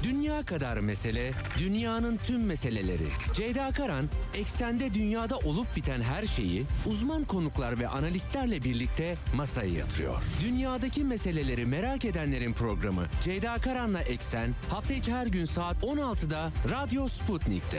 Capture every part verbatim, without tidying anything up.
Dünya kadar mesele, dünyanın tüm meseleleri. Ceyda Karan, eksende dünyada olup biten her şeyi uzman konuklar ve analistlerle birlikte masaya yatırıyor. Dünyadaki meseleleri merak edenlerin programı Ceyda Karan'la Eksen, hafta içi her gün saat on altıda Radyo Sputnik'te.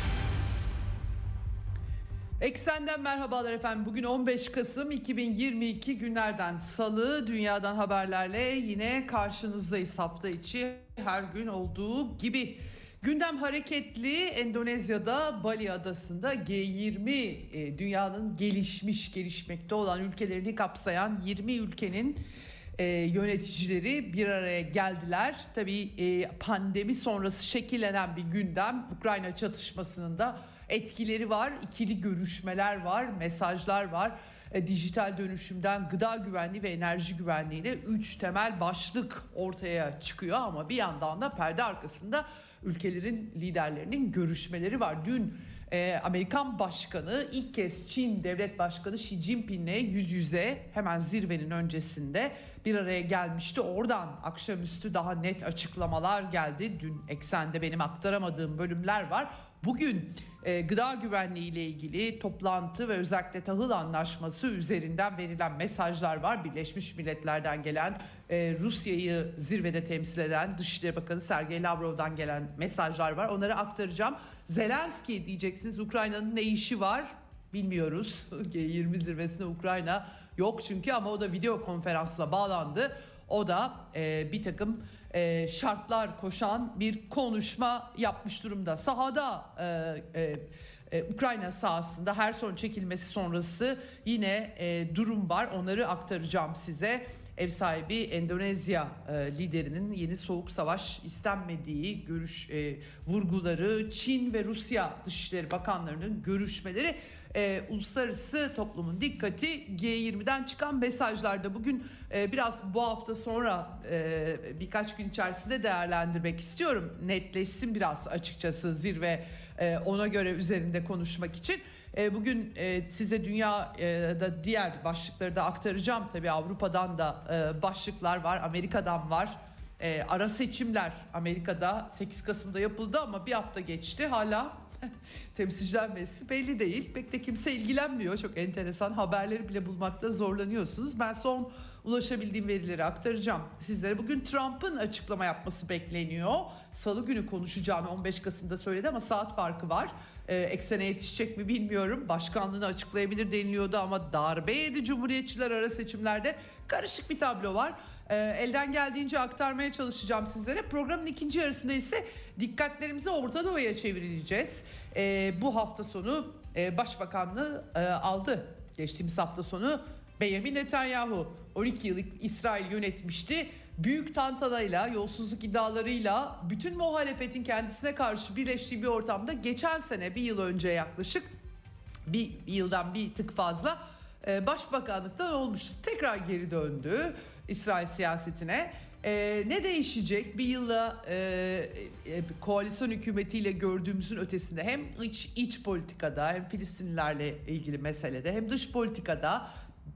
Eksenden merhabalar efendim. Bugün on beş Kasım iki bin yirmi iki günlerden Salı, dünyadan haberlerle yine karşınızdayız. Hafta içi her gün olduğu gibi. Gündem hareketli. Endonezya'da Bali Adası'nda G yirmi, dünyanın gelişmiş, gelişmekte olan ülkelerini kapsayan yirmi ülkenin e, yöneticileri bir araya geldiler. Tabii e, pandemi sonrası şekillenen bir gündem. Ukrayna çatışmasının da etkileri var, ikili görüşmeler var, mesajlar var. E, dijital dönüşümden gıda güvenliği ve enerji güvenliğine üç temel başlık ortaya çıkıyor ama bir yandan da perde arkasında ülkelerin liderlerinin görüşmeleri var. Dün e, Amerikan Başkanı ilk kez Çin Devlet Başkanı Xi Jinping'le yüz yüze hemen zirvenin öncesinde bir araya gelmişti. Oradan akşamüstü daha net açıklamalar geldi. Dün Eksen'de benim aktaramadığım bölümler var. Bugün e, gıda güvenliği ile ilgili toplantı ve özellikle tahıl anlaşması üzerinden verilen mesajlar var. Birleşmiş Milletler'den gelen, e, Rusya'yı zirvede temsil eden Dışişleri Bakanı Sergey Lavrov'dan gelen mesajlar var. Onları aktaracağım. Zelenski diyeceksiniz, Ukrayna'nın ne işi var bilmiyoruz. G yirmi zirvesinde Ukrayna yok çünkü, ama o da video konferansla bağlandı. O da e, bir takım e, şartlar koşan bir konuşma yapmış durumda. Sahada e, e, e, Ukrayna sahasında Herson çekilmesi sonrası yine e, durum var. Onları aktaracağım size. Ev sahibi Endonezya e, liderinin yeni soğuk savaş istenmediği görüş e, vurguları, Çin ve Rusya Dışişleri Bakanlarının görüşmeleri, e, uluslararası toplumun dikkati G yirmiden çıkan mesajlarda. Bugün e, biraz bu hafta sonra e, birkaç gün içerisinde değerlendirmek istiyorum. Netleşsin biraz açıkçası zirve, e, ona göre üzerinde konuşmak için. Bugün size dünyada diğer başlıkları da aktaracağım. Tabii Avrupa'dan da başlıklar var, Amerika'dan var. Ara seçimler Amerika'da sekiz Kasım'da yapıldı ama bir hafta geçti. Hala temsilciler meclisi belli değil. Pek de kimse ilgilenmiyor. Çok enteresan, haberleri bile bulmakta zorlanıyorsunuz. Ben son ulaşabildiğim verileri aktaracağım sizlere. Bugün Trump'ın açıklama yapması bekleniyor. Salı günü konuşacağını on beş Kasım'da söyledi ama saat farkı var. Ee, eksene yetişecek mi bilmiyorum. Başkanlığını açıklayabilir deniliyordu ama darbe yedi Cumhuriyetçiler ara seçimlerde. Karışık bir tablo var. Ee, elden geldiğince aktarmaya çalışacağım sizlere. Programın ikinci yarısında ise dikkatlerimizi Orta Doğu'ya çevireceğiz. Ee, bu hafta sonu e, Başbakanlığı e, aldı. Geçtiğimiz hafta sonu Benjamin Netanyahu on iki yıllık İsrail yönetmişti. Büyük tantanayla, yolsuzluk iddialarıyla bütün muhalefetin kendisine karşı birleştiği bir ortamda geçen sene, bir yıl önce yaklaşık, bir yıldan bir tık fazla başbakanlıktan olmuştu. Tekrar geri döndü İsrail siyasetine. Ee, ne değişecek? Bir yılda e, e, koalisyon hükümetiyle gördüğümüzün ötesinde hem iç, iç politikada, hem Filistinlilerle ilgili meselede, hem dış politikada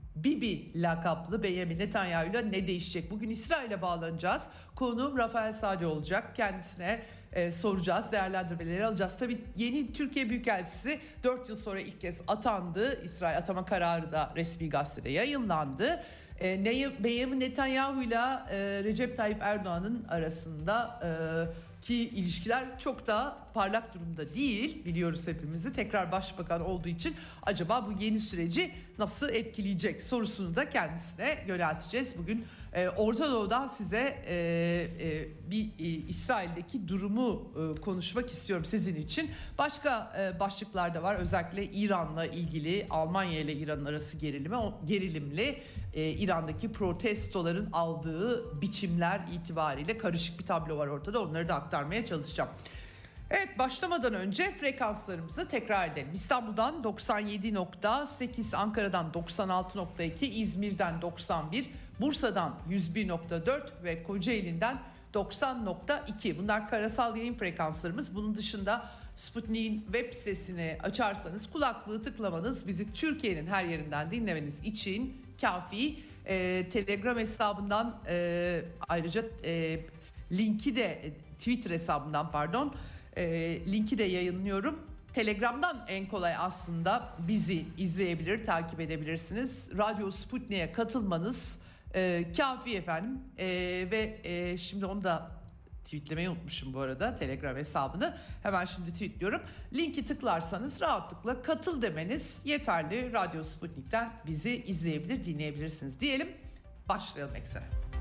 Bibi lakaplı Benjamin Netanyahu'yla ne değişecek? Bugün İsrail'e bağlanacağız. Konuğum Rafael Sadi olacak. Kendisine e, soracağız, değerlendirmeleri alacağız. Tabii yeni Türkiye Büyükelçisi dört yıl sonra ilk kez atandı. İsrail atama kararı da resmi gazetede yayınlandı. E, Benjamin Netanyahu'yla e, Recep Tayyip Erdoğan'ın arasında e, ki ilişkiler çok da parlak durumda değil, biliyoruz hepimizi. Tekrar başbakan olduğu için acaba bu yeni süreci nasıl etkileyecek sorusunu da kendisine yönelteceğiz. Bugün e, Orta Doğu'dan size e, e, bir e, İsrail'deki durumu e, konuşmak istiyorum sizin için. Başka e, başlıklar da var. Özellikle İran'la ilgili, Almanya ile İran arası gerilimi, o gerilimli e, İran'daki protestoların aldığı biçimler itibariyle karışık bir tablo var ortada. Onları da aktarmaya çalışacağım. Evet, başlamadan önce frekanslarımızı tekrar edelim. İstanbul'dan doksan yedi nokta sekiz, Ankara'dan doksan altı nokta iki, İzmir'den doksan bir, Bursa'dan yüz bir nokta dört ve Kocaeli'nden doksan nokta iki. Bunlar karasal yayın frekanslarımız. Bunun dışında Sputnik'in web sitesini açarsanız kulaklığı tıklamanız bizi Türkiye'nin her yerinden dinlemeniz için kafi. Ee, Telegram hesabından e, ayrıca e, linki de Twitter hesabından pardon e, linki de yayınlıyorum. Telegram'dan en kolay aslında bizi izleyebilir, takip edebilirsiniz. Radyo Sputnik'e katılmanız e, kafi efendim. E, ve e, şimdi onu da tweetlemeyi unutmuşum bu arada, Telegram hesabını. Hemen şimdi tweetliyorum. Linki tıklarsanız rahatlıkla katıl demeniz yeterli. Radyo Sputnik'ten bizi izleyebilir, dinleyebilirsiniz diyelim. Başlayalım eksene.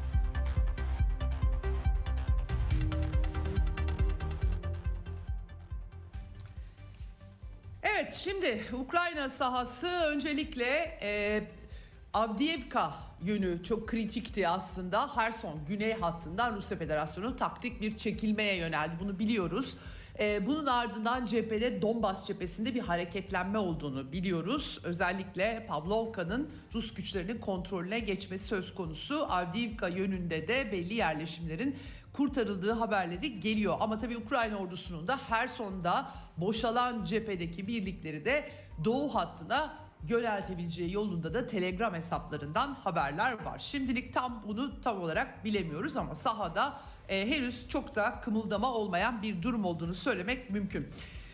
Evet, şimdi Ukrayna sahası öncelikle e, Avdiivka yönü çok kritikti aslında. Herson güney hattından Rusya Federasyonu taktik bir çekilmeye yöneldi. Bunu biliyoruz. Ee, bunun ardından cephede Donbas cephesinde bir hareketlenme olduğunu biliyoruz. Özellikle Pavlovka'nın Rus güçlerinin kontrolüne geçmesi söz konusu. Avdiivka yönünde de belli yerleşimlerin kurtarıldığı haberleri geliyor. Ama tabii Ukrayna ordusunun da Herson'da boşalan cephedeki birlikleri de doğu hattına yöneltebileceği yolunda da Telegram hesaplarından haberler var. Şimdilik tam bunu tam olarak bilemiyoruz ama sahada e, henüz çok da kımıldama olmayan bir durum olduğunu söylemek mümkün.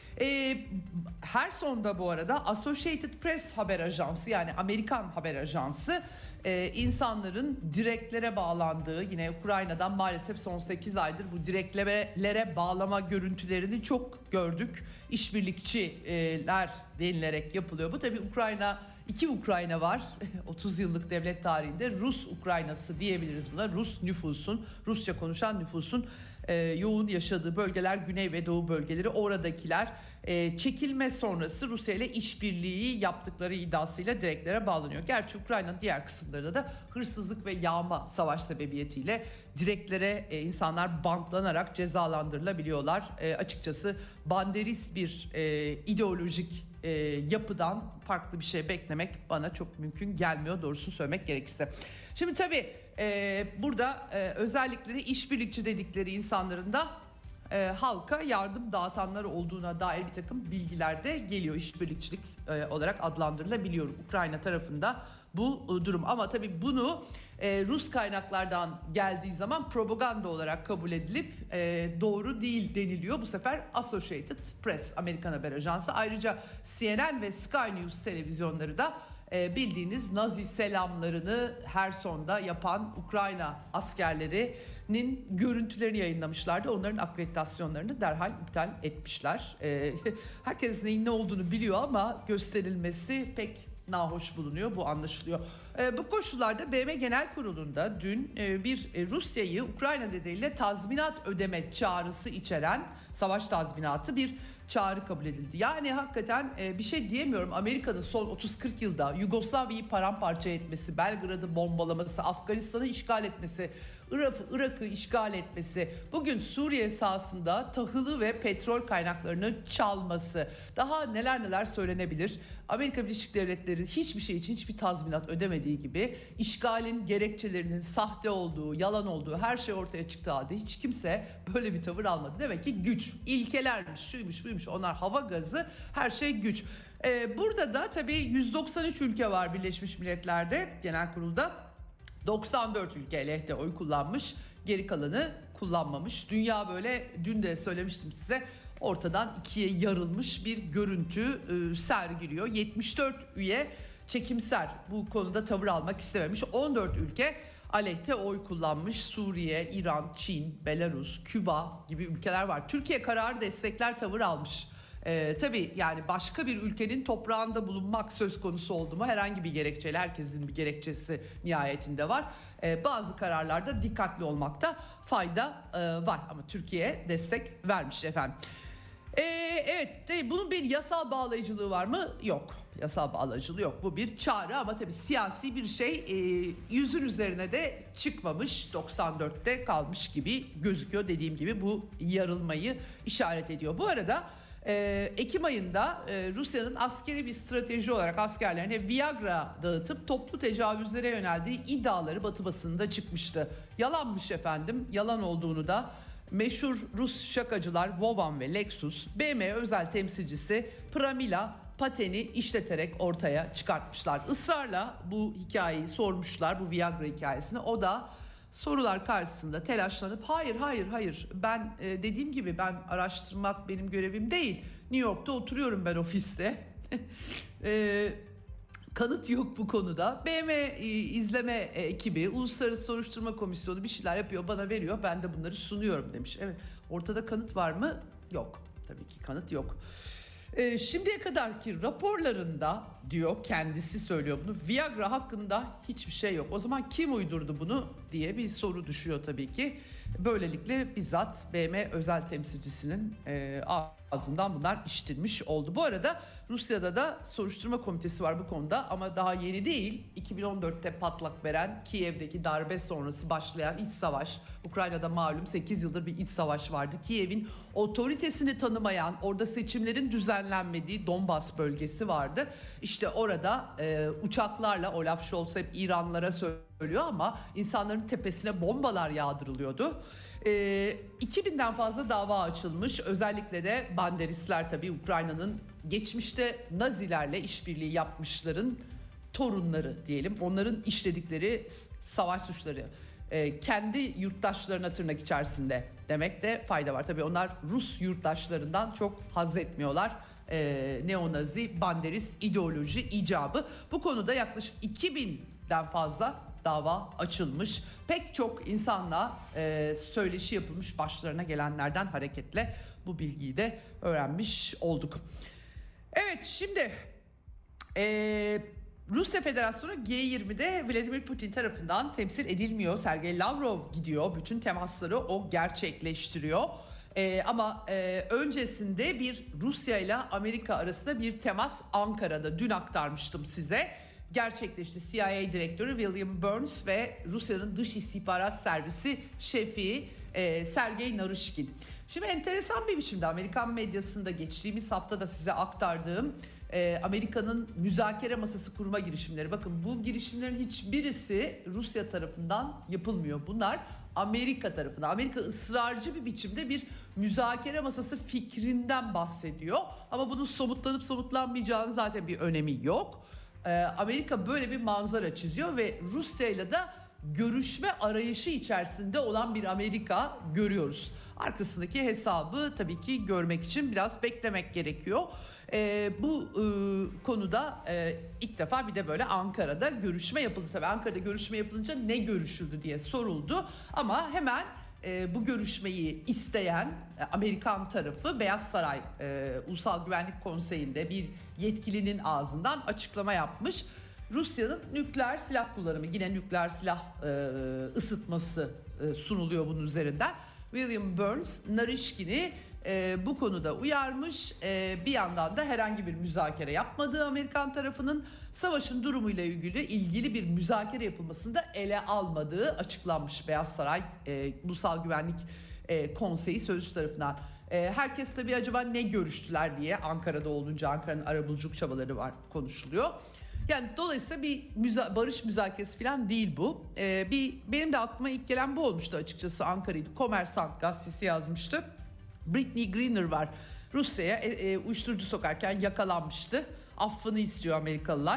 E, Herson'da bu arada Associated Press haber ajansı, yani Amerikan haber ajansı, e, insanların direklere bağlandığı, yine Ukrayna'dan maalesef son sekiz aydır bu direklere bağlama görüntülerini çok gördük. İşbirlikçiler denilerek yapılıyor. Bu tabii Ukrayna, iki Ukrayna var otuz yıllık devlet tarihinde. Rus Ukraynası diyebiliriz buna. Rus nüfusun, Rusça konuşan nüfusun e, yoğun yaşadığı bölgeler, güney ve doğu bölgeleri. Oradakiler e, çekilme sonrası Rusya ile işbirliği yaptıkları iddiasıyla direklere bağlanıyor. Gerçi Ukrayna'nın diğer kısımlarında da hırsızlık ve yağma savaş sebebiyetiyle direklere e, insanlar bantlanarak cezalandırılabiliyorlar. E, açıkçası banderist bir e, ideolojik e, yapıdan farklı bir şey beklemek bana çok mümkün gelmiyor, doğrusunu söylemek gerekirse. Şimdi tabii e, burada e, özellikle de işbirlikçi dedikleri insanların da e, halka yardım dağıtanlar olduğuna dair bir takım bilgiler de geliyor. İşbirlikçilik e, olarak adlandırılabiliyor Ukrayna tarafında bu e, durum. Ama tabii bunu e, Rus kaynaklardan geldiği zaman propaganda olarak kabul edilip e, doğru değil deniliyor. Bu sefer Associated Press, Amerikan haber ajansı. Ayrıca C N N ve Sky News televizyonları da e, bildiğiniz Nazi selamlarını Herson'da yapan Ukrayna askerlerinin görüntülerini yayınlamışlardı. Onların akreditasyonlarını derhal iptal etmişler. E, herkes neyin ne olduğunu biliyor ama gösterilmesi pek nahoş bulunuyor, bu anlaşılıyor. E, bu koşullarda B M Genel Kurulu'nda dün e, bir e, Rusya'yı Ukrayna nedeniyle tazminat ödeme çağrısı içeren savaş tazminatı bir çağrı kabul edildi. Yani hakikaten e, bir şey diyemiyorum. Amerika'nın son otuz kırk yılda Yugoslavya'yı paramparça etmesi, Belgrad'ı bombalaması, Afganistan'ı işgal etmesi, Irak'ı, Irak'ı işgal etmesi, bugün Suriye sahasında tahılı ve petrol kaynaklarını çalması, daha neler neler söylenebilir. Amerika Birleşik Devletleri hiçbir şey için hiçbir tazminat ödemediği gibi işgalin gerekçelerinin sahte olduğu, yalan olduğu her şey ortaya çıktığı halde hiç kimse böyle bir tavır almadı. Demek ki güç, ilkelermiş, şuymuş buymuş, onlar hava gazı, her şey güç. Ee, burada da tabii yüz doksan üç ülke var Birleşmiş Milletler'de, Genel Kurul'da. doksan dört ülke lehte oy kullanmış, geri kalanı kullanmamış. Dünya böyle, dün de söylemiştim size, ortadan ikiye yarılmış bir görüntü e, sergiliyor. yetmiş dört üye çekimser, bu konuda tavır almak istememiş. on dört ülke aleyhte oy kullanmış. Suriye, İran, Çin, Belarus, Küba gibi ülkeler var. Türkiye kararı destekler tavır almış. Ee, tabii yani başka bir ülkenin toprağında bulunmak söz konusu oldu mu herhangi bir gerekçeyle, herkesin bir gerekçesi nihayetinde var. Ee, bazı kararlarda dikkatli olmakta fayda e, var ama Türkiye destek vermiş efendim. Ee, evet, tabii bunun bir yasal bağlayıcılığı var mı? Yok. Yasal bağlayıcılığı yok. Bu bir çağrı ama tabii siyasi bir şey, e, yüzün üzerine de çıkmamış, doksan dörtte kalmış gibi gözüküyor. Dediğim gibi bu yarılmayı işaret ediyor. Bu arada Ee, Ekim ayında e, Rusya'nın askeri bir strateji olarak askerlerine Viagra dağıtıp toplu tecavüzlere yöneldiği iddiaları Batı basınında çıkmıştı. Yalanmış efendim, yalan olduğunu da meşhur Rus şakacılar Vovan ve Lexus, B M W özel temsilcisi Pramila Paten'i işleterek ortaya çıkartmışlar. Israrla bu hikayeyi sormuşlar, bu Viagra hikayesini. O da sorular karşısında telaşlanıp hayır hayır hayır ben e, dediğim gibi ben araştırmak benim görevim değil. New York'ta oturuyorum ben ofiste. e, kanıt yok bu konuda. B M e, izleme ekibi, Uluslararası Soruşturma Komisyonu bir şeyler yapıyor, bana veriyor. Ben de bunları sunuyorum demiş. Evet, ortada kanıt var mı? Yok. Tabii ki kanıt yok. E, şimdiye kadarki raporlarında diyor, kendisi söylüyor bunu, Viagra hakkında hiçbir şey yok. O zaman kim uydurdu bunu diye bir soru düşüyor tabii ki. Böylelikle bizzat B M özel temsilcisinin e, ağzından bunlar işitilmiş oldu. Bu arada Rusya'da da soruşturma komitesi var bu konuda ama daha yeni değil. iki bin on dörtte patlak veren Kiev'deki darbe sonrası başlayan iç savaş. Ukrayna'da malum sekiz yıldır bir iç savaş vardı. Kiev'in otoritesini tanımayan, orada seçimlerin düzenlenmediği Donbas bölgesi vardı. İşte orada e, uçaklarla, Olaf Scholz hep İranlara söylüyor ama insanların tepesine bombalar yağdırılıyordu. E, iki binden fazla dava açılmış. Özellikle de Banderistler, tabii Ukrayna'nın geçmişte Nazilerle işbirliği yapmışların torunları diyelim. Onların işledikleri savaş suçları. E, kendi yurttaşlarına tırnak içerisinde demekte fayda var. Tabii onlar Rus yurttaşlarından çok haz etmiyorlar. E, neonazi, banderist ideoloji icabı. Bu konuda yaklaşık iki binden fazla dava açılmış. Pek çok insanla e, söyleşi yapılmış, başlarına gelenlerden hareketle bu bilgiyi de öğrenmiş olduk. Evet, şimdi e, Rusya Federasyonu G yirmide Vladimir Putin tarafından temsil edilmiyor. Sergey Lavrov gidiyor, bütün temasları o gerçekleştiriyor. Ee, ama e, öncesinde bir Rusya ile Amerika arasında bir temas Ankara'da, dün aktarmıştım size, gerçekleşti. C I A direktörü William Burns ve Rusya'nın Dış İstihbarat Servisi şefi e, Sergey Narishkin. Şimdi enteresan bir biçimde Amerikan medyasında geçtiğimiz hafta da size aktardığım e, Amerika'nın müzakere masası kurma girişimleri. Bakın, bu girişimlerin hiçbirisi Rusya tarafından yapılmıyor. Bunlar Amerika tarafından. Amerika ısrarcı bir biçimde bir müzakere masası fikrinden bahsediyor. Ama bunun somutlanıp somutlanmayacağının zaten bir önemi yok. Ee, Amerika böyle bir manzara çiziyor ve Rusya'yla da görüşme arayışı içerisinde olan bir Amerika görüyoruz. Arkasındaki hesabı tabii ki görmek için biraz beklemek gerekiyor. Ee, bu e, konuda e, ilk defa bir de böyle Ankara'da görüşme yapıldı. Tabii Ankara'da görüşme yapılınca ne görüşüldü diye soruldu. Ama hemen e, bu görüşmeyi isteyen e, Amerikan tarafı Beyaz Saray e, Ulusal Güvenlik Konseyi'nde bir yetkilinin ağzından açıklama yapmış. Rusya'nın nükleer silah kullanımı, yine nükleer silah e, ısıtması e, sunuluyor bunun üzerinden. William Burns, Narishkin'i e, bu konuda uyarmış. E, bir yandan da herhangi bir müzakere yapmadığı Amerikan tarafının savaşın durumuyla ilgili ilgili bir müzakere yapılmasında ele almadığı açıklanmış Beyaz Saray e, Ulusal Güvenlik e, Konseyi sözcüsü tarafından. E, herkes tabii acaba ne görüştüler diye, Ankara'da olunca Ankara'nın arabuluculuk çabaları var, konuşuluyor. Yani dolayısıyla bir müza- barış müzakeresi falan değil bu. Ee, bir benim de aklıma ilk gelen bu olmuştu açıkçası. Ankara'ydı. Kommersant gazetesi yazmıştı. Britney Greener var. Rusya'ya e, e, uyuşturucu sokarken yakalanmıştı. Affını istiyor Amerikalılar.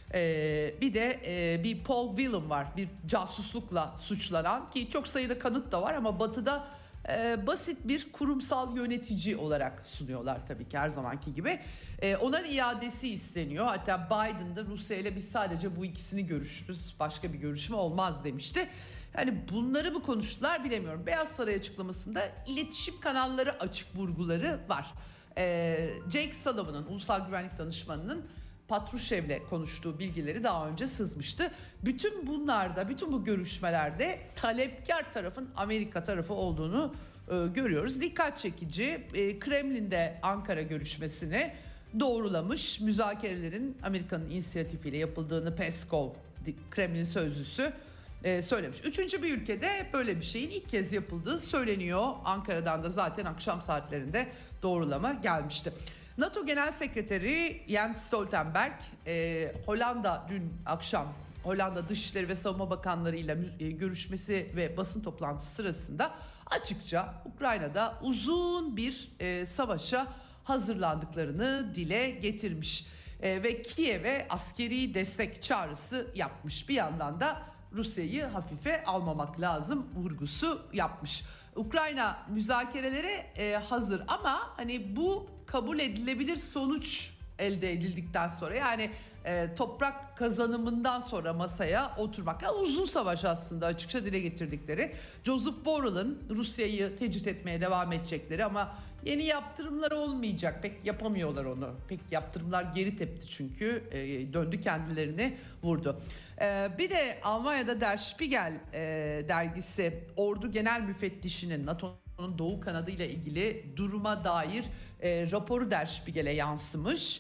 Ee, bir de e, bir Paul Whelan var. Bir casuslukla suçlanan, ki çok sayıda kanıt da var ama Batı'da e, basit bir kurumsal yönetici olarak sunuyorlar tabii ki, her zamanki gibi. E, onların iadesi isteniyor. Hatta Biden de Rusya ile biz sadece bu ikisini görüşürüz, başka bir görüşme olmaz demişti. Yani bunları mı konuştular bilemiyorum. Beyaz Saray açıklamasında iletişim kanalları açık vurguları var. E, Jake Sullivan'ın, Ulusal Güvenlik Danışmanı'nın Patrushev'le konuştuğu bilgileri daha önce sızmıştı. Bütün bunlarda, bütün bu görüşmelerde talepkar tarafın Amerika tarafı olduğunu e, görüyoruz. Dikkat çekici, e, Kremlin'de Ankara görüşmesini doğrulamış, müzakerelerin Amerika'nın inisiyatifiyle yapıldığını Peskov, Kremlin sözcüsü, e, söylemiş. Üçüncü bir ülkede böyle bir şeyin ilk kez yapıldığı söyleniyor. Ankara'dan da zaten akşam saatlerinde doğrulama gelmişti. NATO Genel Sekreteri Jens Stoltenberg, e, Hollanda dün akşam Hollanda Dışişleri ve Savunma Bakanlarıyla e, görüşmesi ve basın toplantısı sırasında açıkça Ukrayna'da uzun bir e, savaşa hazırlandıklarını dile getirmiş. E, ve Kiev'e askeri destek çağrısı yapmış. Bir yandan da Rusya'yı hafife almamak lazım vurgusu yapmış. Ukrayna müzakerelere e, hazır ama hani bu kabul edilebilir sonuç elde edildikten sonra, yani e, toprak kazanımından sonra masaya oturmak. Yani uzun savaş aslında, açıkça dile getirdikleri. Joseph Borrell'ın Rusya'yı tecrit etmeye devam edecekleri ama yeni yaptırımlar olmayacak. Pek yapamıyorlar onu. Pek yaptırımlar geri tepti çünkü e, döndü kendilerini vurdu. E, bir de Almanya'da Der Spiegel e, dergisi Ordu Genel Müfettişi'nin NATO'nun Doğu kanadı ile ilgili duruma dair e, raporu Der Spiegel'e yansımış.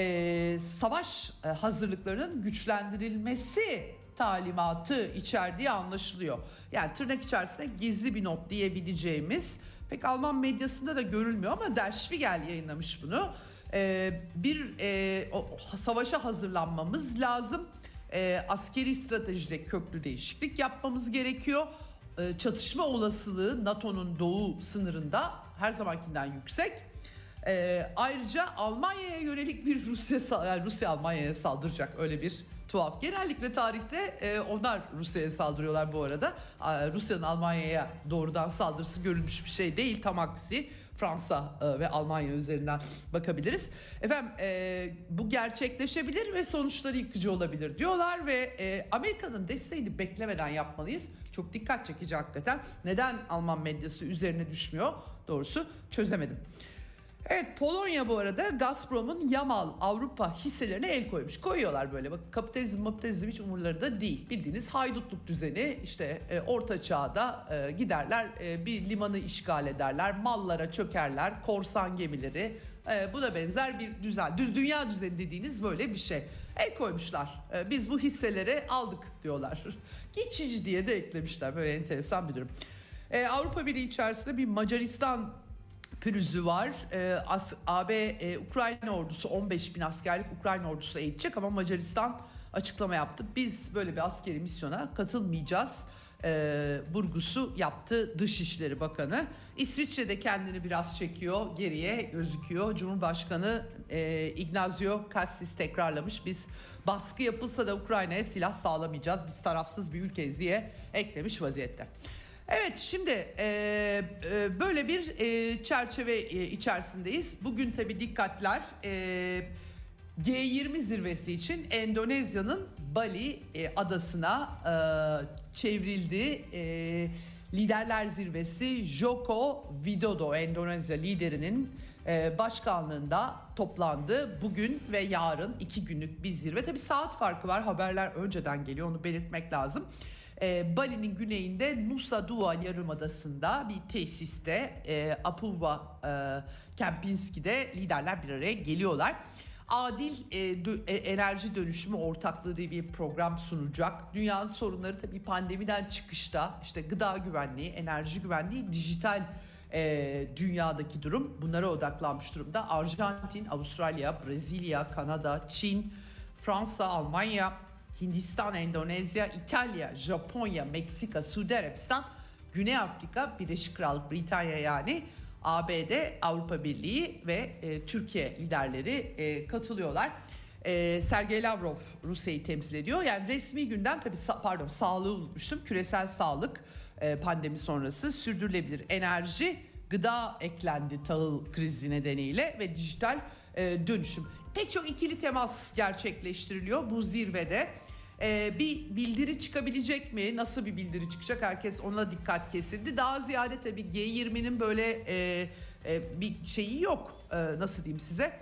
E, savaş e, hazırlıklarının güçlendirilmesi talimatı içerdiği anlaşılıyor. Yani tırnak içerisinde gizli bir not diyebileceğimiz, pek Alman medyasında da görülmüyor ama Der Spiegel yayınlamış bunu. Ee, bir e, o, savaşa hazırlanmamız lazım. Ee, askeri stratejide köklü değişiklik yapmamız gerekiyor. Ee, çatışma olasılığı NATO'nun doğu sınırında her zamankinden yüksek. Ee, ayrıca Almanya'ya yönelik bir Rusya, yani Rusya Almanya'ya saldıracak, öyle bir tuhaf. Genellikle tarihte e, onlar Rusya'ya saldırıyorlar bu arada. E, Rusya'nın Almanya'ya doğrudan saldırısı görülmüş bir şey değil. Tam aksi Fransa e, ve Almanya üzerinden bakabiliriz. Efendim e, bu gerçekleşebilir ve sonuçları yıkıcı olabilir diyorlar ve e, Amerika'nın desteğini beklemeden yapmalıyız. Çok dikkat çekici hakikaten. Neden Alman medyası üzerine düşmüyor? Doğrusu çözemedim. Evet, Polonya bu arada Gazprom'un Yamal Avrupa hisselerine el koymuş. Koyuyorlar böyle, bakın, kapitalizm kapitalizm hiç umurlarında değil. Bildiğiniz haydutluk düzeni, işte e, orta çağda e, giderler, e, bir limanı işgal ederler, mallara çökerler, korsan gemileri, e, buna benzer bir düzen. Düz, dünya düzeni dediğiniz böyle bir şey. El koymuşlar. E, biz bu hisseleri aldık diyorlar. Geçici diye de eklemişler, böyle enteresan bir durum. E, Avrupa Birliği içerisinde bir Macaristan pürüzü var. Ee, A B e, Ukrayna ordusu on beş bin askerlik Ukrayna ordusu eğitecek ama Macaristan açıklama yaptı. Biz böyle bir askeri misyona katılmayacağız. E, vurgusu yaptı Dışişleri Bakanı. İsviçre de kendini biraz çekiyor, geriye gözüküyor. Cumhurbaşkanı e, Ignazio Cassis tekrarlamış. Biz baskı yapılsa da Ukrayna'ya silah sağlamayacağız. Biz tarafsız bir ülkeyiz diye eklemiş vaziyette. Evet, şimdi e, e, böyle bir e, çerçeve e, içerisindeyiz. Bugün tabii dikkatler e, G yirmi zirvesi için Endonezya'nın Bali e, adasına e, çevrildi. E, Liderler Zirvesi Joko Widodo, Endonezya liderinin e, başkanlığında toplandı. Bugün ve yarın iki günlük bir zirve. Tabii saat farkı var, haberler önceden geliyor, onu belirtmek lazım. E, Bali'nin güneyinde Nusa Dua Yarımadası'nda bir tesiste e, Apuva e, Kempinski'de liderler bir araya geliyorlar. Adil e, dö- e, enerji dönüşümü ortaklığı diye bir program sunacak. Dünyanın sorunları tabii pandemiden çıkışta, işte gıda güvenliği, enerji güvenliği, dijital e, dünyadaki durum, bunlara odaklanmış durumda. Arjantin, Avustralya, Brezilya, Kanada, Çin, Fransa, Almanya, Hindistan, Endonezya, İtalya, Japonya, Meksika, Suudi Arabistan, Güney Afrika, Birleşik Krallık, Britanya, yani A B D, Avrupa Birliği ve e, Türkiye liderleri e, katılıyorlar. E, Sergey Lavrov Rusya'yı temsil ediyor. Yani resmi gündem tabii sa- pardon sağlığı unutmuştum. Küresel sağlık, e, pandemi sonrası sürdürülebilir enerji, gıda eklendi tahıl krizi nedeniyle ve dijital e, dönüşüm. Pek çok ikili temas gerçekleştiriliyor bu zirvede. Ee, bir bildiri çıkabilecek mi? Nasıl bir bildiri çıkacak? Herkes ona dikkat kesildi. Daha ziyade tabii G yirminin böyle e, e, bir şeyi yok. E, nasıl diyeyim size?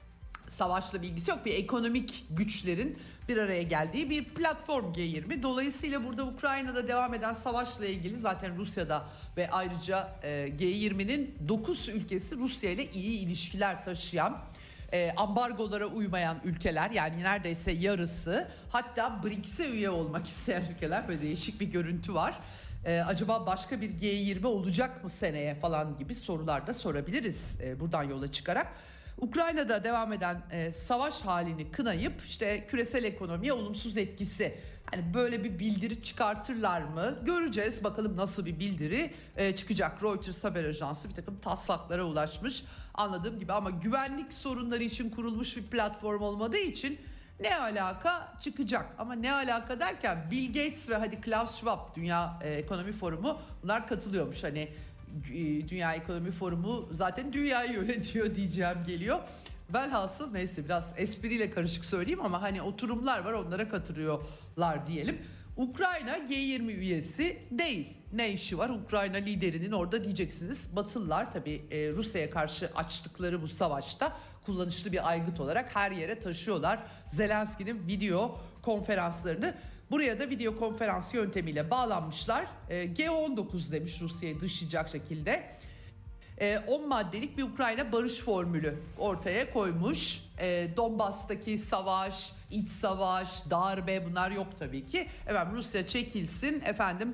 Savaşla bilgisi yok. Bir ekonomik güçlerin bir araya geldiği bir platform G yirmi. Dolayısıyla burada Ukrayna'da devam eden savaşla ilgili, zaten Rusya'da ve ayrıca e, G yirminin dokuz ülkesi Rusya ile iyi ilişkiler taşıyan, E, ambargolara uymayan ülkeler, yani neredeyse yarısı, hatta B R I C S'e üye olmak isteyen ülkeler, böyle değişik bir görüntü var. E, acaba başka bir G yirmi olacak mı seneye falan gibi sorular da sorabiliriz e, buradan yola çıkarak. Ukrayna'da devam eden e, savaş halini kınayıp işte küresel ekonomiye olumsuz etkisi, hani böyle bir bildiri çıkartırlar mı göreceğiz, bakalım nasıl bir bildiri e, çıkacak. Reuters haber ajansı bir takım taslaklara ulaşmış anladığım gibi, ama güvenlik sorunları için kurulmuş bir platform olmadığı için Ne alaka çıkacak, ama ne alaka derken Bill Gates ve hadi Klaus Schwab Dünya e, Ekonomi Forumu, bunlar katılıyormuş. Hani e, Dünya Ekonomi Forumu zaten dünyayı yönetiyor diyeceğim geliyor. Velhasıl neyse, biraz espriyle karışık söyleyeyim ama hani oturumlar var, onlara katılıyorlar diyelim. Ukrayna G yirmi üyesi değil. Ne işi var Ukrayna liderinin orada diyeceksiniz. Batılılar tabii e, Rusya'ya karşı açtıkları bu savaşta kullanışlı bir aygıt olarak her yere taşıyorlar Zelenski'nin video konferanslarını. Buraya da video konferans yöntemiyle bağlanmışlar. E, G on dokuz demiş Rusya'yı dışlayacak şekilde. on maddelik bir Ukrayna barış formülü ortaya koymuş. E, Donbas'taki savaş, iç savaş, darbe, bunlar yok tabii ki. Efendim Rusya çekilsin, efendim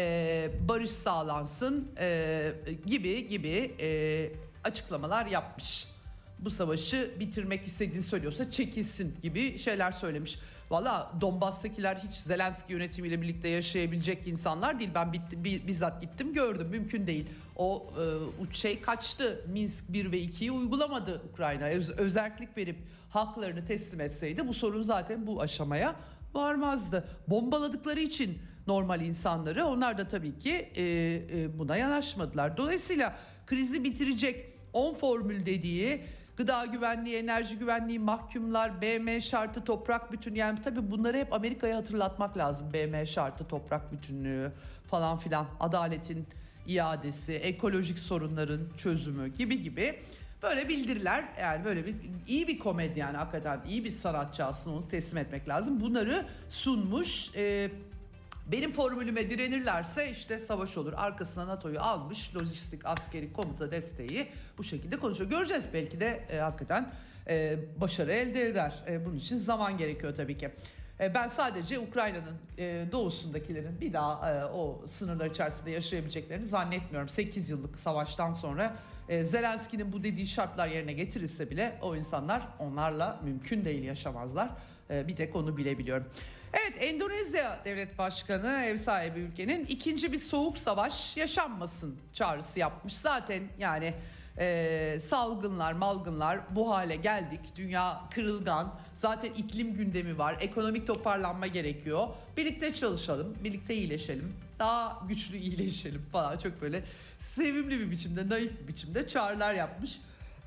e, barış sağlansın e, gibi gibi e, açıklamalar yapmış. Bu savaşı bitirmek istediğini söylüyorsa çekilsin gibi şeyler söylemiş. Valla Donbas'takiler hiç Zelenski yönetimiyle birlikte yaşayabilecek insanlar değil. Ben bitti, bizzat gittim gördüm, mümkün değil. O e, şey kaçtı, Minsk bir ve ikiyi uygulamadı Ukrayna. Öz, özellik verip haklarını teslim etseydi bu sorun zaten bu aşamaya varmazdı. Bombaladıkları için normal insanları, onlar da tabii ki e, e, buna yanaşmadılar. Dolayısıyla krizi bitirecek on formül dediği gıda güvenliği, enerji güvenliği, mahkumlar, B M şartı, toprak bütünlüğü, yani tabii bunları hep Amerika'ya hatırlatmak lazım. B M şartı, toprak bütünlüğü falan filan, adaletin iadesi, ekolojik sorunların çözümü gibi gibi böyle bildiriler. Yani böyle bir iyi bir komedyen, hakikaten iyi bir sanatçı, aslında onu teslim etmek lazım. Bunları sunmuş. Ee, benim formülüme direnirlerse işte savaş olur. Arkasına NATO'yu almış, lojistik, askeri komuta desteği bu şekilde konuşuyor. Göreceğiz, belki de e, hakikaten e, başarı elde eder. E, bunun için zaman gerekiyor tabii ki. E, ben sadece Ukrayna'nın e, doğusundakilerin bir daha e, o sınırlar içerisinde yaşayabileceklerini zannetmiyorum. sekiz yıllık savaştan sonra e, Zelenski'nin bu dediği şartlar yerine getirilse bile o insanlar onlarla mümkün değil, yaşamazlar. E, bir tek onu bilebiliyorum. Evet, Endonezya Devlet Başkanı, ev sahibi ülkenin, ikinci bir soğuk savaş yaşanmasın çağrısı yapmış. Zaten yani e, salgınlar, malgınlar, bu hale geldik. Dünya kırılgan. Zaten iklim gündemi var. Ekonomik toparlanma gerekiyor. Birlikte çalışalım, birlikte iyileşelim. Daha güçlü iyileşelim falan. Çok böyle sevimli bir biçimde, naif bir biçimde çağrılar yapmış.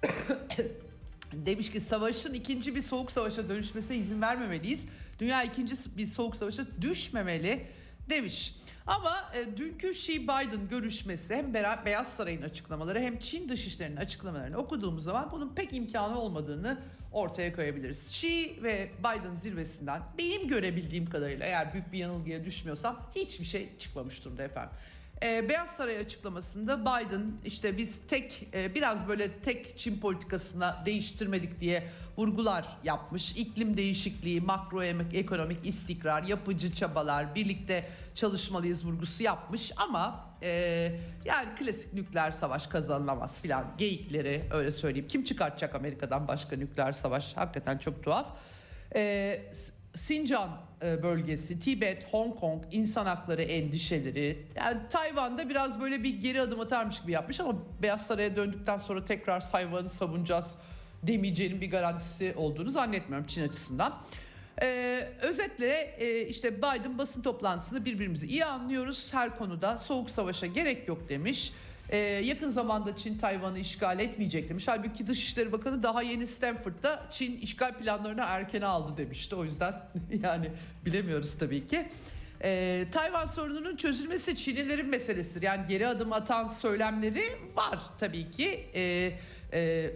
Demiş ki savaşın ikinci bir soğuk savaşa dönüşmesine izin vermemeliyiz. Dünya ikinci bir soğuk savaşa düşmemeli demiş. Ama e, dünkü Xi-Biden görüşmesi, hem Beyaz Saray'ın açıklamaları hem Çin Dışişleri'nin açıklamalarını okuduğumuz zaman bunun pek imkanı olmadığını ortaya koyabiliriz. Xi ve Biden zirvesinden benim görebildiğim kadarıyla, eğer büyük bir yanılgıya düşmüyorsam, hiçbir şey çıkmamış durumda efendim. Ee, Beyaz Saray açıklamasında Biden işte biz tek e, biraz böyle tek Çin politikasına değiştirmedik diye vurgular yapmış. İklim değişikliği, makroekonomik istikrar, yapıcı çabalar, birlikte çalışmalıyız vurgusu yapmış. Ama e, yani klasik nükleer savaş kazanılamaz filan geyikleri, öyle söyleyeyim. Kim çıkartacak Amerika'dan başka nükleer savaş? Hakikaten çok tuhaf. E, Sincan bölgesi, Tibet, Hong Kong, insan hakları endişeleri. Yani Tayvan'da biraz böyle bir geri adım atarmış gibi yapmış ama Beyaz Saray'a döndükten sonra tekrar Tayvan'ı savunacağız demeyeceğinin bir garantisi olduğunu zannetmiyorum Çin açısından. Ee, özetle e, işte Biden basın toplantısında birbirimizi iyi anlıyoruz. Her konuda soğuk savaşa gerek yok demiş. Ee, yakın zamanda Çin Tayvan'ı işgal etmeyecek demiş. Halbuki Dışişleri Bakanı daha yeni Stanford'da Çin işgal planlarını erkene aldı demişti. O yüzden yani bilemiyoruz tabii ki. Ee, Tayvan sorununun çözülmesi Çinlilerin meselesidir. Yani geri adım atan söylemleri var tabii ki. Ee, e,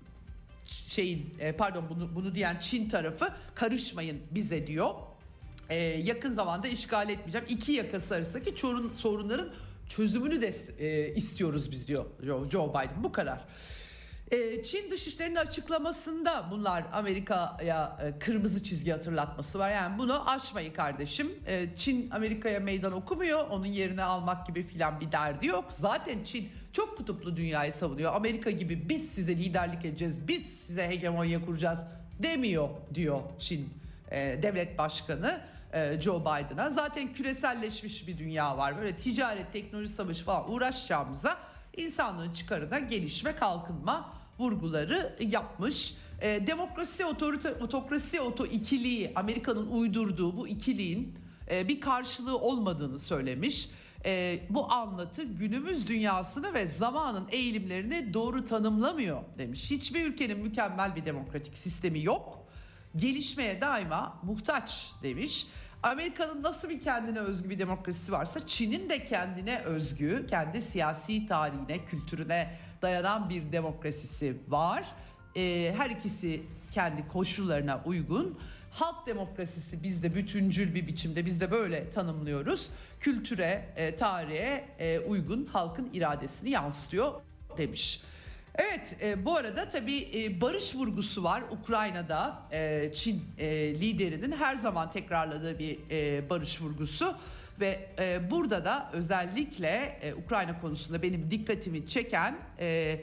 şeyin e, pardon bunu bunu diyen Çin tarafı karışmayın bize diyor. Ee, yakın zamanda işgal etmeyeceğim. İki yakası arasındaki sorun, sorunların çözümünü de e, istiyoruz biz diyor Joe, Joe Biden. Bu kadar. E, Çin Dışişleri'nin açıklamasında bunlar Amerika'ya e, kırmızı çizgi hatırlatması var. Yani bunu aşmayın kardeşim. E, Çin Amerika'ya meydan okumuyor. Onun yerine almak gibi filan bir derdi yok. Zaten Çin çok kutuplu dünyayı savunuyor. Amerika gibi biz size liderlik edeceğiz, biz size hegemonya kuracağız demiyor diyor Çin e, devlet başkanı Joe Biden'a. Zaten küreselleşmiş bir dünya var. Böyle ticaret, teknoloji savaşı falan uğraşacağımıza insanlığın çıkarına gelişme, kalkınma vurguları yapmış. E, demokrasi otorite, otokrasi oto ikiliği, Amerika'nın uydurduğu bu ikiliğin e, bir karşılığı olmadığını söylemiş. E, bu anlatı günümüz dünyasını ve zamanın eğilimlerini doğru tanımlamıyor demiş. Hiçbir ülkenin mükemmel bir demokratik sistemi yok. Gelişmeye daima muhtaç demiş. Amerika'nın nasıl bir kendine özgü bir demokrasisi varsa Çin'in de kendine özgü, kendi siyasi tarihine, kültürüne dayanan bir demokrasisi var. Ee, her ikisi kendi koşullarına uygun. Halk demokrasisi bizde bütüncül bir biçimde, biz de böyle tanımlıyoruz. Kültüre, e, tarihe e, uygun halkın iradesini yansıtıyor demiş. Evet, e, bu arada tabii e, barış vurgusu var Ukrayna'da. E, Çin e, liderinin her zaman tekrarladığı bir e, barış vurgusu ve e, burada da özellikle e, Ukrayna konusunda benim dikkatimi çeken e,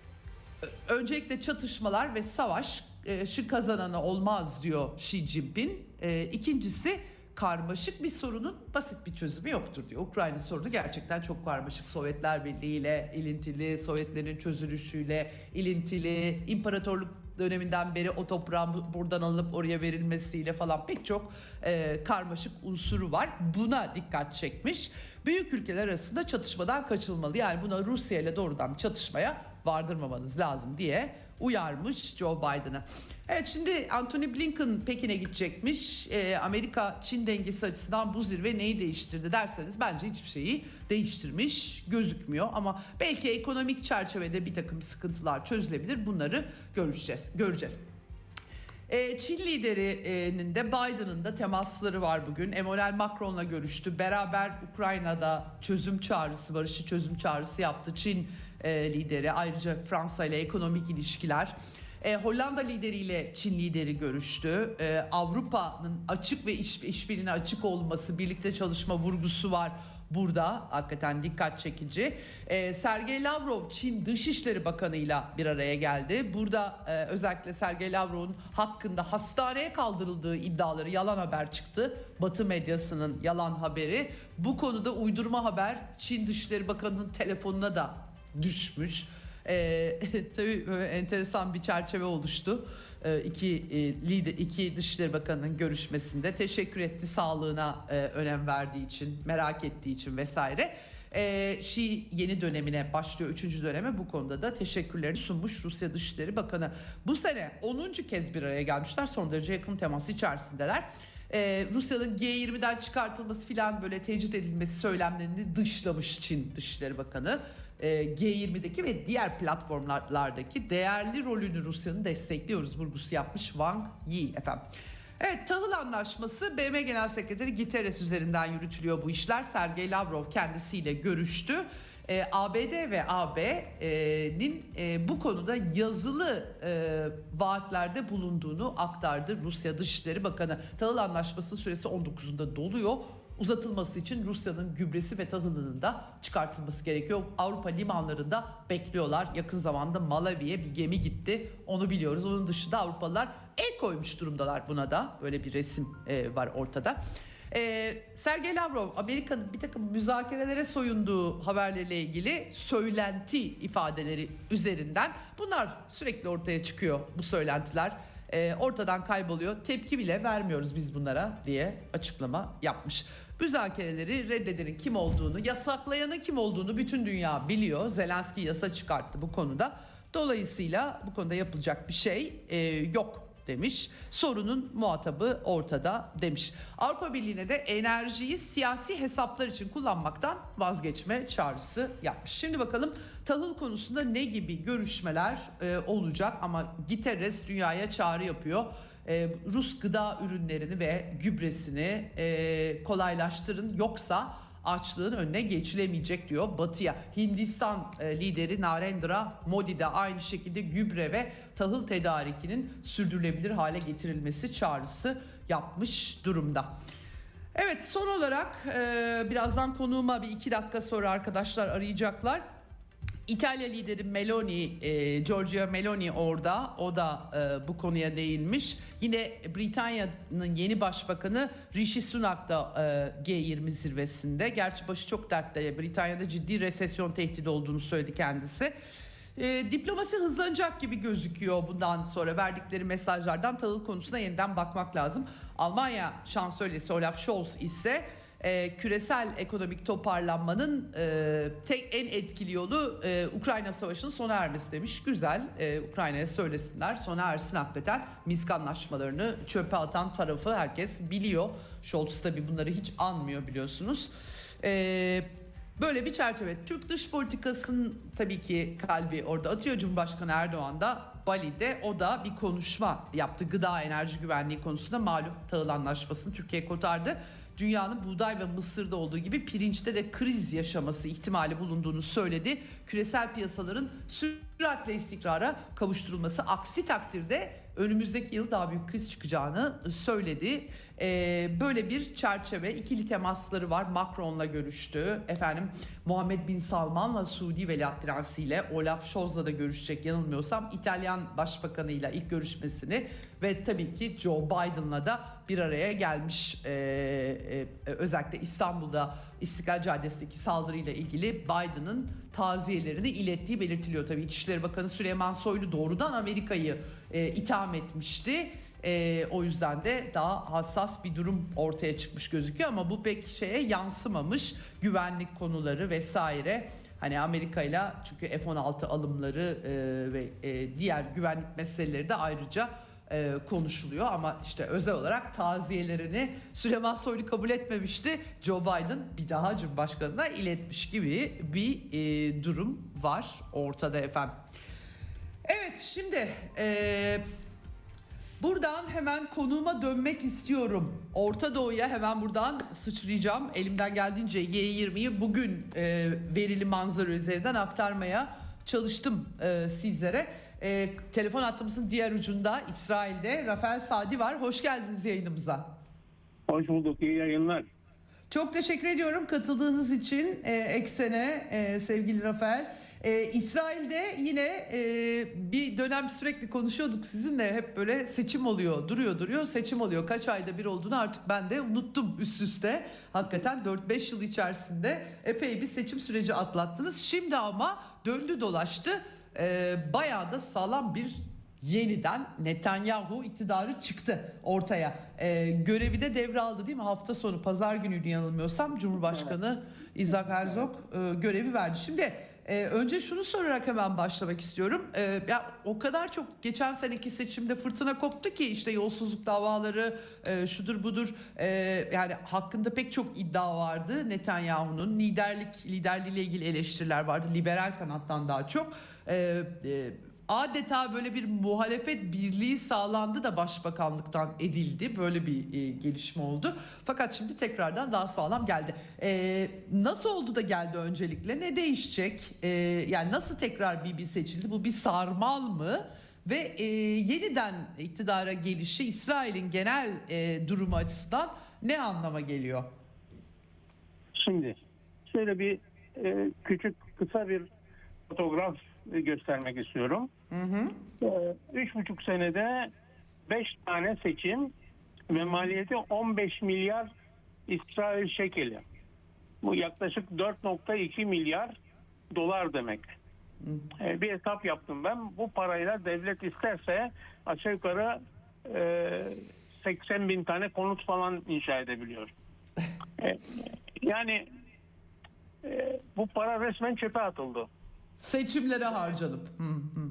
öncelikle çatışmalar ve savaş e, şu kazananı olmaz diyor Xi Jinping. E, ikincisi karmaşık bir sorunun basit bir çözümü yoktur diyor. Ukrayna sorunu gerçekten çok karmaşık. Sovyetler Birliği ile ilintili, Sovyetlerin çözülüşüyle ilintili, imparatorluk döneminden beri o toprağın buradan alınıp oraya verilmesiyle falan pek çok e, karmaşık unsuru var. Buna dikkat çekmiş. Büyük ülkeler arasında çatışmadan kaçılmalı. Yani buna Rusya ile doğrudan bir çatışmaya vardırmamanız lazım diye uyarmış Joe Biden'a. Evet, şimdi Antony Blinken Pekin'e gidecekmiş. Ee, Amerika-Çin dengesi açısından bu zirve neyi değiştirdi derseniz bence hiçbir şeyi değiştirmiş gözükmüyor. Ama belki ekonomik çerçevede bir takım sıkıntılar çözülebilir. Bunları göreceğiz. göreceğiz. Ee, Çin liderinin de Biden'ın da temasları var bugün. Emmanuel Macron'la görüştü. Beraber Ukrayna'da çözüm çağrısı, barışçı çözüm çağrısı yaptı Çin e, lideri. Ayrıca Fransa ile ekonomik ilişkiler. E, Hollanda lideriyle Çin lideri görüştü. E, Avrupa'nın açık ve iş, işbirliğine açık olması, birlikte çalışma vurgusu var burada. Hakikaten dikkat çekici. E, Sergey Lavrov Çin Dışişleri Bakanı'yla bir araya geldi. Burada e, özellikle Sergey Lavrov'un hakkında hastaneye kaldırıldığı iddiaları, yalan haber çıktı. Batı medyasının yalan haberi. Bu konuda uydurma haber Çin Dışişleri Bakanı'nın telefonuna da düşmüş. Ee, tabii böyle enteresan bir çerçeve oluştu. Ee, iki e, lider, iki Dışişleri Bakanı'nın görüşmesinde teşekkür etti sağlığına e, önem verdiği için, merak ettiği için vesaire. Ee, Xi yeni dönemine başlıyor, üçüncü döneme, bu konuda da teşekkürlerini sunmuş Rusya Dışişleri Bakanı. Bu sene onuncu kez bir araya gelmişler, son derece yakın temas içerisindeler. Ee, Rusya'nın G yirmiden çıkartılması filan böyle tecrit edilmesi söylemlerini dışlamış Çin Dışişleri Bakanı. G yirmideki ve diğer platformlardaki değerli rolünü Rusya'nın destekliyoruz vurgusu yapmış Wang Yi efendim. Evet, tahıl anlaşması B M Genel Sekreteri Guterres üzerinden yürütülüyor bu işler. Sergey Lavrov kendisiyle görüştü. E, A B D ve A B'nin e, bu konuda yazılı e, vaatlerde bulunduğunu aktardı Rusya Dışişleri Bakanı. Tahıl anlaşması süresi on dokuzunda doluyor. Uzatılması için Rusya'nın gübresi ve tahılının da çıkartılması gerekiyor. Avrupa limanlarında bekliyorlar. Yakın zamanda Malawi'ye bir gemi gitti. Onu biliyoruz. Onun dışında Avrupalılar el koymuş durumdalar buna da. Böyle bir resim e, var ortada. E, Sergey Lavrov Amerika'nın bir takım müzakerelere soyunduğu haberleriyle ilgili söylenti ifadeleri üzerinden, bunlar sürekli ortaya çıkıyor, bu söylentiler. E, ortadan kayboluyor. Tepki bile vermiyoruz biz bunlara diye açıklama yapmış. Müzakereleri reddedenin kim olduğunu, yasaklayanın kim olduğunu bütün dünya biliyor. Zelenski yasa çıkarttı bu konuda. Dolayısıyla bu konuda yapılacak bir şey e, yok demiş. Sorunun muhatabı ortada demiş. Avrupa Birliği'ne de enerjiyi siyasi hesaplar için kullanmaktan vazgeçme çağrısı yapmış. Şimdi bakalım tahıl konusunda ne gibi görüşmeler e, olacak, ama Guterres dünyaya çağrı yapıyor. E, Rus gıda ürünlerini ve gübresini e, kolaylaştırın, yoksa açlığın önüne geçilemeyecek diyor Batı'ya. Hindistan e, lideri Narendra Modi de aynı şekilde gübre ve tahıl tedarikinin sürdürülebilir hale getirilmesi çağrısı yapmış durumda. Evet, son olarak e, birazdan konuğuma bir iki dakika sonra arkadaşlar arayacaklar. İtalya lideri Meloni, e, Giorgia Meloni orada, o da e, bu konuya değinmiş. Yine Britanya'nın yeni başbakanı Rishi Sunak da e, G yirmi zirvesinde. Gerçi başı çok dertte, Britanya'da ciddi resesyon tehdidi olduğunu söyledi kendisi. E, diplomasi hızlanacak gibi gözüküyor bundan sonra verdikleri mesajlardan. Tahıl konusuna yeniden bakmak lazım. Almanya Şansölyesi Olaf Scholz ise e, küresel ekonomik toparlanmanın e, tek en etkili yolu e, Ukrayna Savaşı'nın sona ermesi demiş. Güzel, e, Ukrayna'ya söylesinler, sona ersin hakikaten. Minsk anlaşmalarını çöpe atan tarafı herkes biliyor. Scholz tabii bunları hiç anmıyor biliyorsunuz. E, böyle bir çerçeve. Türk dış politikasının tabii ki kalbi orada atıyor. Cumhurbaşkanı Erdoğan da Bali'de o da bir konuşma yaptı. Gıda enerji güvenliği konusunda malum tahıl anlaşmasını Türkiye kotardı. Dünyanın buğday ve mısırda olduğu gibi pirinçte de kriz yaşaması ihtimali bulunduğunu söyledi. Küresel piyasaların süratle istikrara kavuşturulması, aksi takdirde önümüzdeki yıl daha büyük kriz çıkacağını söyledi. Ee, böyle bir çerçeve, ikili temasları var. Macron'la görüştü. Efendim Muhammed Bin Salman'la Suudi Veliaht Prensi ile Olaf Scholz'la da görüşecek yanılmıyorsam. İtalyan Başbakanı'yla ilk görüşmesini ve tabii ki Joe Biden'la da bir araya gelmiş. Ee, e, özellikle İstanbul'da İstiklal Caddesi'ndeki saldırıyla ilgili Biden'ın taziyelerini ilettiği belirtiliyor. Tabii İçişleri Bakanı Süleyman Soylu doğrudan Amerika'yı e, itham etmişti. E, o yüzden de daha hassas bir durum ortaya çıkmış gözüküyor ama bu pek şeye yansımamış. Güvenlik konuları vesaire, hani Amerika ile çünkü F on altı alımları e, ve e, diğer güvenlik meseleleri de ayrıca e, konuşuluyor ama işte özel olarak taziyelerini Süleyman Soylu kabul etmemişti. Joe Biden bir daha Cumhurbaşkanı'na iletmiş gibi bir e, durum var ortada efendim. Evet, şimdi e, buradan hemen konuğuma dönmek istiyorum. Orta Doğu'ya hemen buradan sıçrayacağım. Elimden geldiğince G yirmiyi bugün e, verili manzara üzerinden aktarmaya çalıştım e, sizlere. E, telefon hattımızın diğer ucunda İsrail'de Rafael Sadi var. Hoş geldiniz yayınımıza. Hoş bulduk, iyi yayınlar. Çok teşekkür ediyorum katıldığınız için e, Eksen'e e, sevgili Rafael. Ee, İsrail'de yine e, bir dönem sürekli konuşuyorduk sizinle, hep böyle seçim oluyor, duruyor duruyor seçim oluyor. Kaç ayda bir olduğunu artık ben de unuttum üst üste. Hakikaten dört beş yıl içerisinde epey bir seçim süreci atlattınız. Şimdi ama döndü dolaştı, e, bayağı da sağlam bir yeniden Netanyahu iktidarı çıktı ortaya. E, görevi de devraldı değil mi? Hafta sonu pazar günü yanılmıyorsam Cumhurbaşkanı Isaac Herzog e, görevi verdi. Şimdi Ee, önce şunu sorarak hemen başlamak istiyorum. Ee, ya o kadar çok geçen seneki seçimde fırtına koptu ki işte yolsuzluk davaları, e, şudur budur, e, yani hakkında pek çok iddia vardı. Netanyahu'nun liderlik liderliğiyle ilgili eleştiriler vardı, liberal kanattan daha çok. E, e, adeta böyle bir muhalefet birliği sağlandı da başbakanlıktan edildi. Böyle bir e, gelişme oldu. Fakat şimdi tekrardan daha sağlam geldi. E, nasıl oldu da geldi öncelikle? Ne değişecek? E, yani nasıl tekrar Bibi seçildi? Bu bir sarmal mı? Ve e, yeniden iktidara gelişi İsrail'in genel e, durumu açısından ne anlama geliyor? Şimdi şöyle bir e, küçük kısa bir fotoğraf göstermek istiyorum. Hı hı. E, üç buçuk senede beş tane seçim ve maliyeti on beş milyar İsrail şekeli. Bu yaklaşık dört nokta iki milyar dolar demek. E, bir hesap yaptım ben. Bu parayla devlet isterse aşağı yukarı e, seksen bin tane konut falan inşa edebiliyor. e, yani e, bu para resmen çöpe atıldı. Seçimlere harcanıp. Hı hı.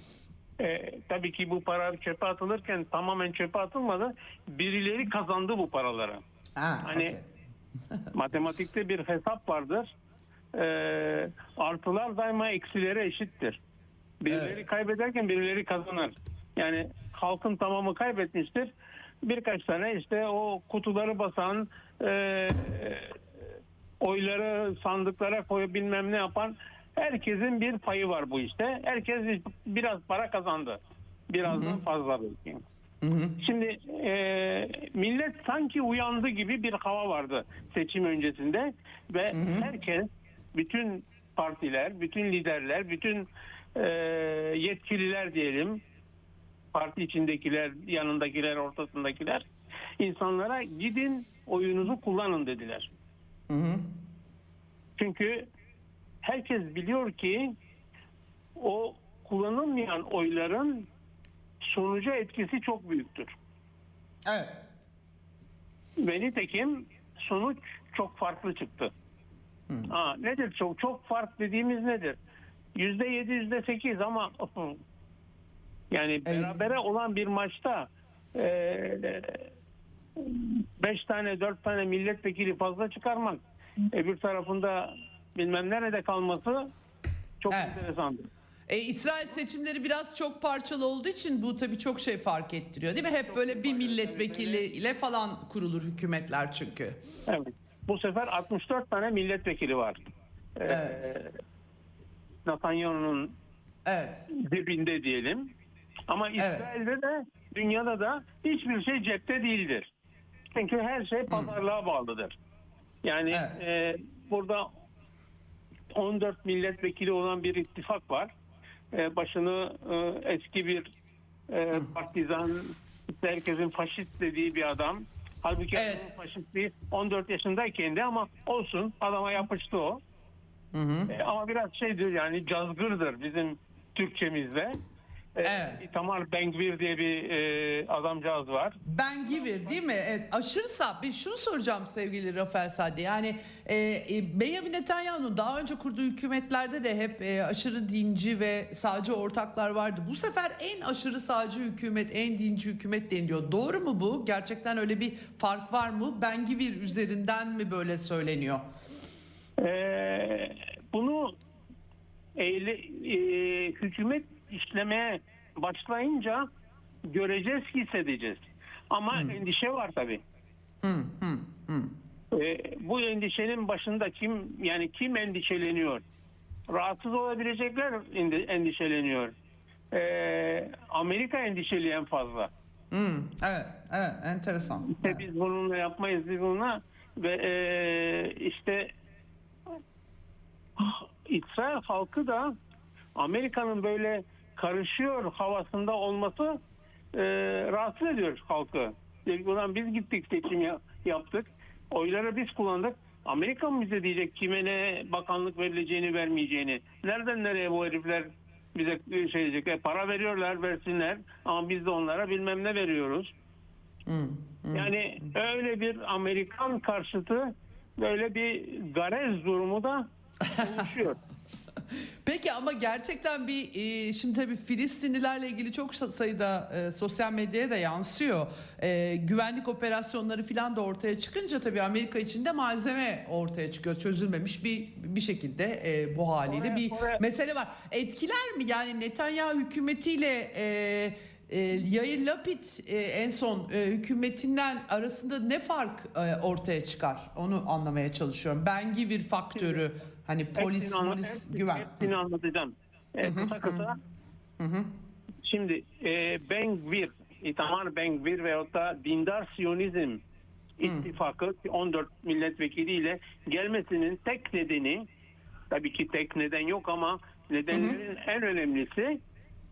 E, tabii ki bu para çöpe atılırken tamamen çöpe atılmadı. Birileri kazandı bu paraları. Ha, hani okay. Matematikte bir hesap vardır. E, artılar daima eksilere eşittir. Birileri evet. kaybederken birileri kazanır. Yani halkın tamamı kaybetmiştir. Birkaç tane işte o kutuları basan, e, oyları sandıklara koyup bilmem ne yapan herkesin bir payı var bu işte. Herkes biraz para kazandı. Birazdan Hı-hı. fazla belki. Hı-hı. Şimdi e, millet sanki uyandı gibi bir hava vardı seçim öncesinde ve Hı-hı. herkes, bütün partiler, bütün liderler, bütün e, yetkililer diyelim, parti içindekiler, yanındakiler, ortasındakiler insanlara gidin oyunuzu kullanın dediler. Hı-hı. Çünkü herkes biliyor ki o kullanılmayan oyların sonuca etkisi çok büyüktür. Evet. Ve nitekim sonuç çok farklı çıktı. Hmm. Ha, nedir çok çok fark dediğimiz nedir? Yüzde yedi, yüzde sekiz ama yani berabere olan bir maçta e, beş tane dört tane milletvekili fazla çıkarmak, öbür tarafında bilmem nerede kalması çok evet. enteresandır. E, İsrail seçimleri biraz çok parçalı olduğu için bu tabii çok şey fark ettiriyor değil mi? Hep çok böyle bir milletvekiliyle falan kurulur hükümetler çünkü. Evet. Bu sefer altmış dört tane milletvekili var. Evet. Ee, Netanyahu'nun evet. dibinde diyelim. Ama İsrail'de evet. de dünyada da hiçbir şey cepte değildir. Çünkü her şey pazarlığa hmm. bağlıdır. Yani evet. e, burada on dört milletvekili olan bir ittifak var. E, başını e, eski bir e, partizan, herkesin faşist dediği bir adam. Halbuki evet. faşist değil. on dört yaşındayken de ama olsun, adama yapıştı o. Hı hı. E, ama biraz şeydir yani cazgırdır bizim Türkçemizde. E, evet. İtamar Ben-Gvir diye bir e, adamcağız var. Ben-Gvir değil mi? Evet, aşırı sağ. Bir şunu soracağım sevgili Rafael Sadi. Yani e, e, Benjamin Netanyahu'nun daha önce kurduğu hükümetlerde de hep e, aşırı dinci ve sağcı ortaklar vardı. Bu sefer en aşırı sağcı hükümet, en dinci hükümet deniliyor. Doğru mu bu? Gerçekten öyle bir fark var mı? Ben-Gvir üzerinden mi böyle söyleniyor? Ee, bunu eyle, e, hükümet işlemeye başlayınca göreceğiz, hissedeceğiz. Ama hmm. endişe var tabii. Hmm, hmm, hmm. Ee, bu endişenin başında kim, yani kim endişeleniyor? Rahatsız olabilecekler endişeleniyor. Ee, Amerika endişeli en fazla. Hmm, evet, evet, enteresan. İşte evet. biz bununla yapmayız, biz bununla ve e, işte İsrail halkı da Amerika'nın böyle karışıyor havasında olması e, rahatsız ediyor halkı. Buradan biz gittik, seçim yaptık. Oyları biz kullandık. Amerika mı bize diyecek kime ne bakanlık verileceğini, vermeyeceğini? Nereden nereye bu herifler bize şey diyecek? E, para veriyorlar, versinler. Ama biz de onlara bilmem ne veriyoruz. Hmm, hmm, yani hmm. öyle bir Amerikan karşıtı böyle bir garez durumu da oluşuyor. Peki ama gerçekten bir e, şimdi tabii Filistinlilerle ilgili çok sayıda e, sosyal medyaya da yansıyor. E, güvenlik operasyonları falan da ortaya çıkınca tabii Amerika içinde malzeme ortaya çıkıyor. Çözülmemiş bir bir şekilde e, bu haliyle oraya, bir oraya. mesele var. Etkiler mi yani Netanyahu hükümetiyle e, e, Yair Lapid e, en son e, hükümetinden arasında ne fark e, ortaya çıkar? Onu anlamaya çalışıyorum. Ben-Gvir faktörü. Hani polis, hepsini polis hepsini, güven. Hepsini anlatacağım. E, kısa kısa. Hı hı. Şimdi e, Ben-Gvir, İtamar Ben-Gvir veyahut da Dindar Siyonizm ittifakı on dört milletvekiliyle gelmesinin tek nedeni, tabii ki tek neden yok ama nedenlerin hı hı. en önemlisi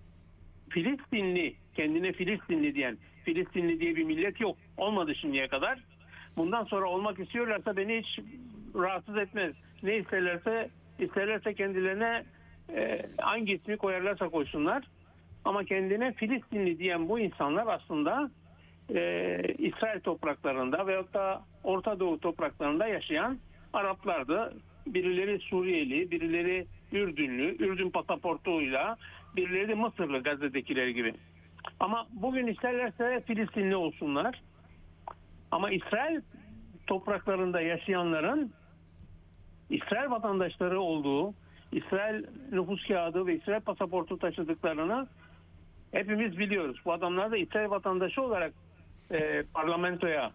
Filistinli, kendine Filistinli diyen, Filistinli diye bir millet yok. Olmadı şimdiye kadar. Bundan sonra olmak istiyorlarsa beni hiç rahatsız etmez. Ne isterlerse isterlerse kendilerine e, hangi ismi koyarlarsa koysunlar. Ama kendine Filistinli diyen bu insanlar aslında e, İsrail topraklarında veyahut da Orta Doğu topraklarında yaşayan Araplardı. Birileri Suriyeli, birileri Ürdünlü, Ürdün pasaportuyla, birileri de Mısırlı Gazze'dekileri gibi. Ama bugün isterlerse Filistinli olsunlar. Ama İsrail topraklarında yaşayanların İsrail vatandaşları olduğu, İsrail nüfus kağıdı ve İsrail pasaportu taşıdıklarını hepimiz biliyoruz. Bu adamlar da İsrail vatandaşı olarak e, parlamentoya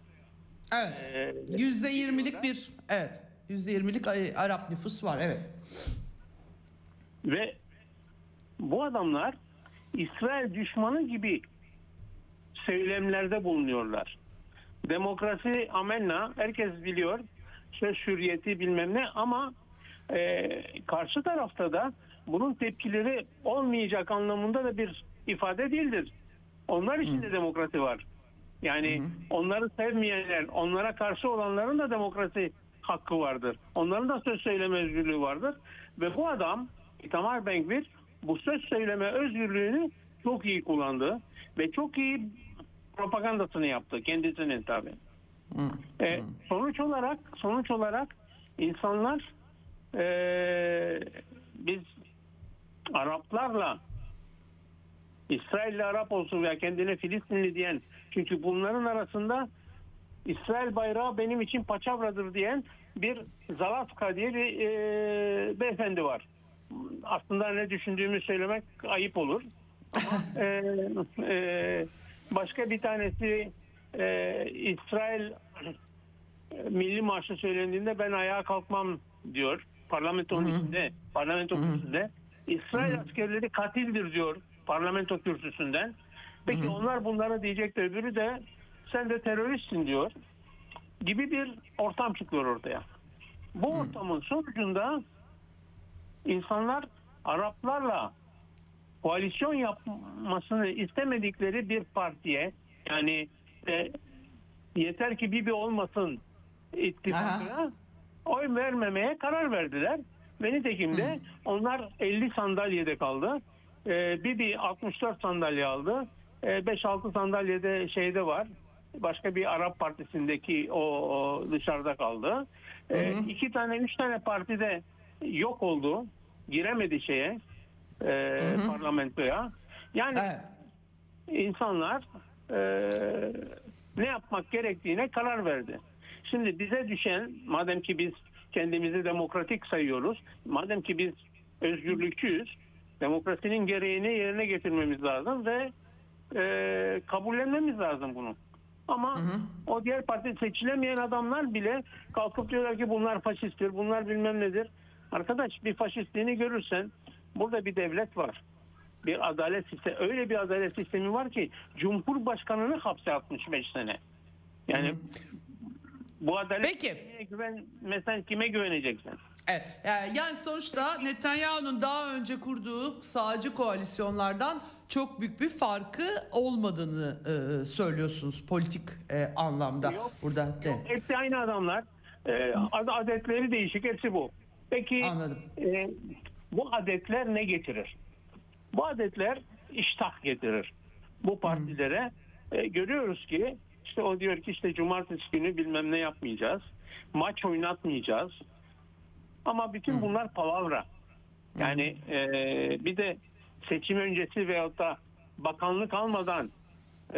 evet. Yüzde yirmilik bir evet. Yüzde yirmilik Arap nüfus var. Evet. Ve bu adamlar İsrail düşmanı gibi söylemlerde bulunuyorlar. Demokrasi amenna, herkes biliyor. Söz hürriyeti bilmem ne ama e, karşı tarafta da bunun tepkileri olmayacak anlamında da bir ifade değildir. Onlar için de Hı. demokrasi var. Yani Hı. onları sevmeyenler, onlara karşı olanların da demokrasi hakkı vardır. Onların da söz söyleme özgürlüğü vardır. Ve bu adam, İtamar Ben-Gvir, bu söz söyleme özgürlüğünü çok iyi kullandı ve çok iyi propagandasını yaptı kendisinin tabii. E, sonuç olarak sonuç olarak insanlar e, biz Araplarla İsrailli Arap olsun veya kendine Filistinli diyen, çünkü bunların arasında İsrail bayrağı benim için paçavradır diyen bir Zalatka diye bir e, beyefendi var. Aslında ne düşündüğümü söylemek ayıp olur. Ama e, e, başka bir tanesi e, İsrail e, milli marşı söylendiğinde ben ayağa kalkmam diyor. Parlamentonun içinde, parlamento kürsüsünde. İsrail askerleri katildir diyor parlamento kürsüsünden. Peki onlar bunlara diyecek de öbürü de sen de teröristsin diyor gibi bir ortam çıkıyor ortaya. Bu ortamın sonucunda insanlar Araplarla koalisyon yapmasını istemedikleri bir partiye, yani e, yeter ki Bibi olmasın ittifakına oy vermemeye karar verdiler. Ve nitekim de onlar elli sandalyede kaldı. Ee, Bibi altmış dört sandalye aldı. Ee, beş altı sandalyede şeyde var. Başka bir Arap partisindeki o, o dışarıda kaldı. Ee, iki tane, üç tane partide yok oldu. Giremedi şeye, e, parlamentoya. Yani Evet. insanlar e, ne yapmak gerektiğine karar verdi. Şimdi bize düşen, madem ki biz kendimizi demokratik sayıyoruz, madem ki biz özgürlükçüyüz, demokrasinin gereğini yerine getirmemiz lazım ve e, kabullenmemiz lazım bunu. Ama hı hı. o diğer parti seçilemeyen adamlar bile kalkıp diyorlar ki bunlar faşisttir, bunlar bilmem nedir. Arkadaş, bir faşistliğini görürsen burada bir devlet var. Bir adalet sistemi, öyle bir adalet sistemi var ki Cumhurbaşkanını hapse atmış beş sene. Yani hı hı. bu adalet sistemine güvenmesen kime güveneceksin? Evet, yani sonuçta Netanyahu'nun daha önce kurduğu sağcı koalisyonlardan çok büyük bir farkı olmadığını e, söylüyorsunuz politik e, anlamda. Yok, burada. Yok, hepsi aynı adamlar. E, adetleri değişik, hepsi bu. Peki e, bu adetler ne getirir? Bu adetler iştah getirir. Bu partilere e, görüyoruz ki işte o diyor ki işte cumartesi günü bilmem ne yapmayacağız. Maç oynatmayacağız. Ama bütün bunlar palavra. Yani e, bir de seçim öncesi veyahut da bakanlık almadan e,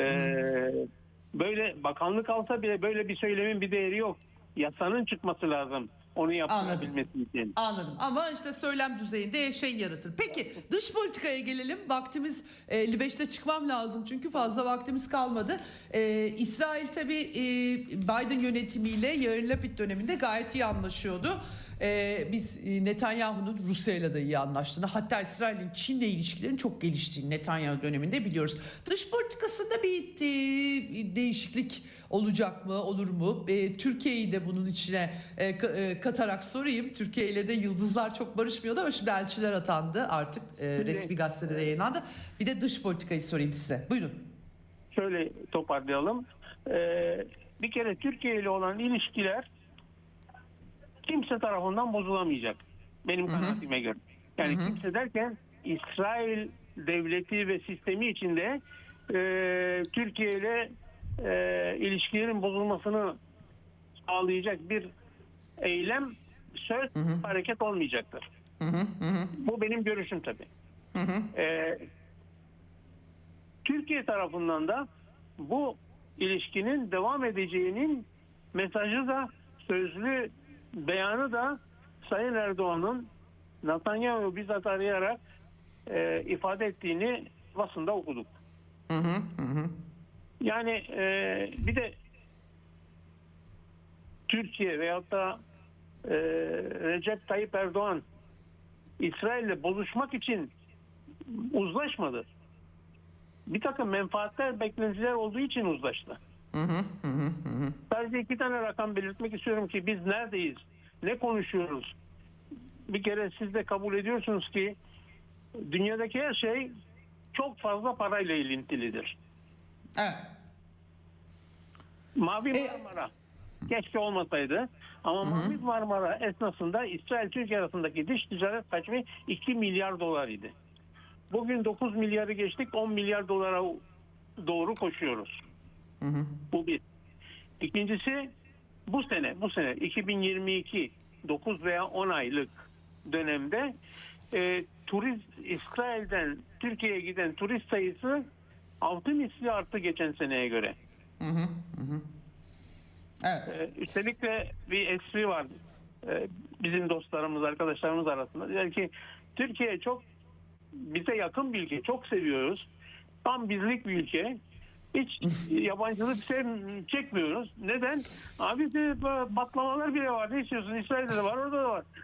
böyle bakanlık alsa bile böyle bir söylemin bir değeri yok. Yasanın çıkması lazım onu yapabilmesi için. Anladım. Ama işte söylem düzeyinde şey yaratır. Peki dış politikaya gelelim. Vaktimiz elli beşte çıkmam lazım çünkü fazla vaktimiz kalmadı. Ee, İsrail tabii e, Biden yönetimiyle Yair Lapid döneminde gayet iyi anlaşıyordu. Ee, biz Netanyahu'nun Rusya'yla da iyi anlaştığını, hatta İsrail'in Çin'le ilişkilerin çok geliştiğini Netanyahu döneminde biliyoruz. Dış politikasında bir e, değişiklik olacak mı, olur mu? E, Türkiye'yi de bunun içine e, e, katarak sorayım. Türkiye ile de yıldızlar çok barışmıyordu ama şimdi elçiler atandı artık e, resmi gazetede yayınlandı. Bir de dış politikayı sorayım size. Buyurun. Şöyle toparlayalım. Ee, bir kere Türkiye ile olan ilişkiler kimse tarafından bozulamayacak. Benim kanaatime göre. Yani hı hı. kimse derken İsrail devleti ve sistemi içinde e, Türkiye ile e, ilişkilerin bozulmasını sağlayacak bir eylem, söz, hı hı. hareket olmayacaktır. Hı hı hı. Bu benim görüşüm tabii. Hı hı. E, Türkiye tarafından da bu ilişkinin devam edeceğinin mesajı da, sözlü beyanı da Sayın Erdoğan'ın Netanyahu'yu bizzat arayarak e, ifade ettiğini basında okuduk. Hı hı hı. Yani e, bir de Türkiye veyahut da e, Recep Tayyip Erdoğan İsrail'le bozuşmak için uzlaşmadı. Bir takım menfaatler, beklentiler olduğu için uzlaştı. Hı hı hı hı. Sadece iki tane rakam belirtmek istiyorum ki biz neredeyiz, ne konuşuyoruz? Bir kere siz de kabul ediyorsunuz ki dünyadaki her şey çok fazla parayla ilintilidir. Evet. Mavi Marmara keşke olmasaydı ama hı hı. Mavi Marmara esnasında İsrail Türkiye arasındaki dış ticaret hacmi iki milyar dolar idi. Bugün dokuz milyarı geçtik, on milyar dolara doğru koşuyoruz. Hı hı. Bu bir. İkincisi bu sene, bu sene iki bin yirmi iki dokuz veya on aylık dönemde e, turist İsrail'den Türkiye'ye giden turist sayısı altı misli arttı geçen seneye göre. Hı hı, hı. Evet. E, üstelik de bir espri var e, bizim dostlarımız, arkadaşlarımız arasında. Diyor ki Türkiye çok bize yakın bir ülke, çok seviyoruz. Tam bizlik bir ülke. Hiç yabancılık sev- çekmiyoruz. Neden? Abi de baklavalar bile var. Ne istiyorsun? İsrail'de de var, orada da var.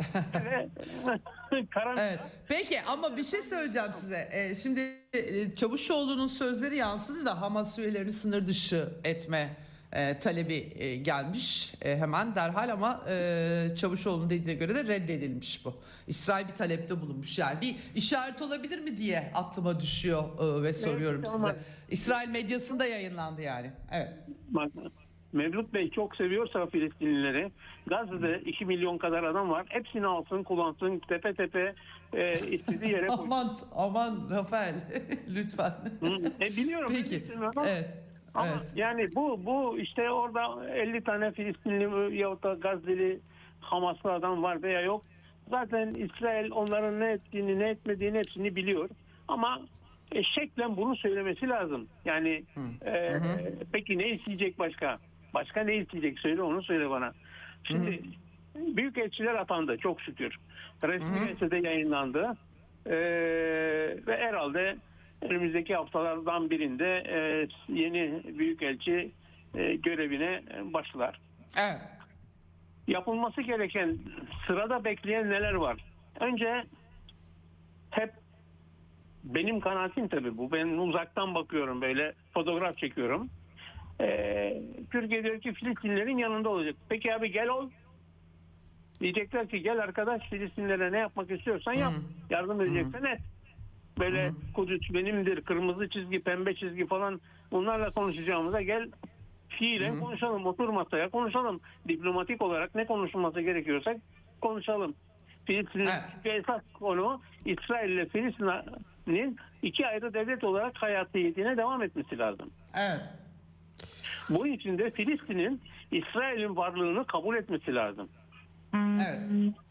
Evet. Peki ama bir şey söyleyeceğim size. Ee, şimdi e, Çavuşoğlu'nun sözleri yansıdı da Hamas üyelerini sınır dışı etme e, talebi e, gelmiş e, hemen derhal ama e, Çavuşoğlu'nun dediğine göre de reddedilmiş bu. İsrail bir talepte bulunmuş, yani bir işaret olabilir mi diye aklıma düşüyor e, ve soruyorum evet, size. ama... İsrail medyasında yayınlandı yani. Evet. Bak, Mevlüt Bey çok seviyorsa Filistinlileri, Gazze'de iki milyon kadar adam var. Hepsini alsın, kullansın, tepe tepe e, istediği yere koysun. Aman aman Rafael lütfen. E, biliyorum. Peki. Ama, evet. ama evet. yani bu bu işte orada elli tane Filistinli yahut da Gazze'li Hamaslı adam var veya yok. Zaten İsrail onların ne ettiğini, ne etmediğini hepsini biliyor. Ama e, şeklen bunu söylemesi lazım. Yani hı. E, hı hı. Peki ne isteyecek başka? Başka ne isteyecek? Söyle, onu söyle bana. Şimdi hı. büyükelçiler atandı çok şükür. Resmi gazetede yayınlandı. E, ve herhalde önümüzdeki haftalardan birinde e, yeni büyükelçi e, görevine başlar. Evet. Yapılması gereken, sırada bekleyen neler var? Önce hep benim kanaatim tabii bu. Ben uzaktan bakıyorum, böyle fotoğraf çekiyorum. Ee, Türkiye diyor ki Filistinlerin yanında olacak. Peki abi gel ol. Diyecekler ki gel arkadaş, Filistinlere ne yapmak istiyorsan yap. Hmm. Yardım edeceksen et. Böyle hmm. Kudüs benimdir, kırmızı çizgi, pembe çizgi falan, bunlarla konuşacağımıza gel fiilen hmm. konuşalım. Otur masaya konuşalım. Diplomatik olarak ne konuşulması gerekiyorsa konuşalım. Filistin'in evet. esas konu İsrail ile Filistin'in iki ayrı devlet olarak hayatiyetine devam etmesi lazım. Evet. Bunun için de Filistin'in İsrail'in varlığını kabul etmesi lazım. Evet.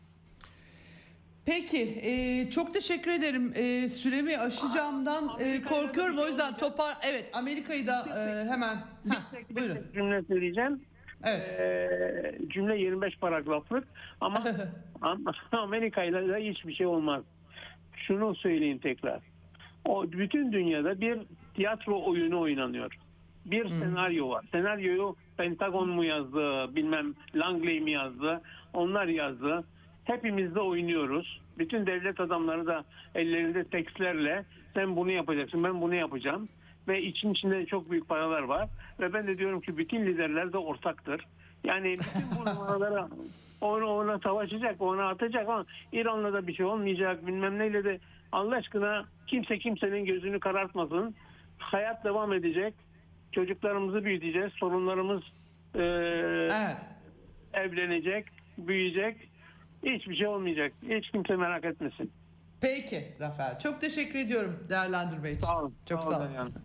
Peki, e, çok teşekkür ederim. E, süremi aşacağımdan e, korkuyorum, o yüzden topar. Evet, Amerika'yı da e, hemen. Bir buyurun. Cümle söyleyeceğim. Evet. E, cümle yirmi beş paragraflık ama Amerika'yla da hiçbir şey olmaz. Şunu söyleyeyim tekrar. O bütün dünyada bir tiyatro oyunu oynanıyor. Bir hmm. senaryo var. Senaryoyu Pentagon mu yazdı, bilmem Langley mi yazdı, onlar yazdı. Hepimiz de oynuyoruz. Bütün devlet adamları da ellerinde tekstlerle sen bunu yapacaksın, ben bunu yapacağım. Ve için içinde çok büyük paralar var. Ve ben de diyorum ki bütün liderler de ortaktır. Yani bütün bu numaralara ona, ona savaşacak, ona atacak ama İran'la da bir şey olmayacak, bilmem neyle de Allah aşkına kimse kimsenin gözünü karartmasın. Hayat devam edecek. Çocuklarımızı büyüteceğiz. Sorunlarımız e, evet. evlenecek, büyüyecek. Hiçbir şey olmayacak. Hiç kimse merak etmesin. Peki Rafael. Çok teşekkür ediyorum değerlendirme için. Sağ olun. Çok sağ olun. Yani.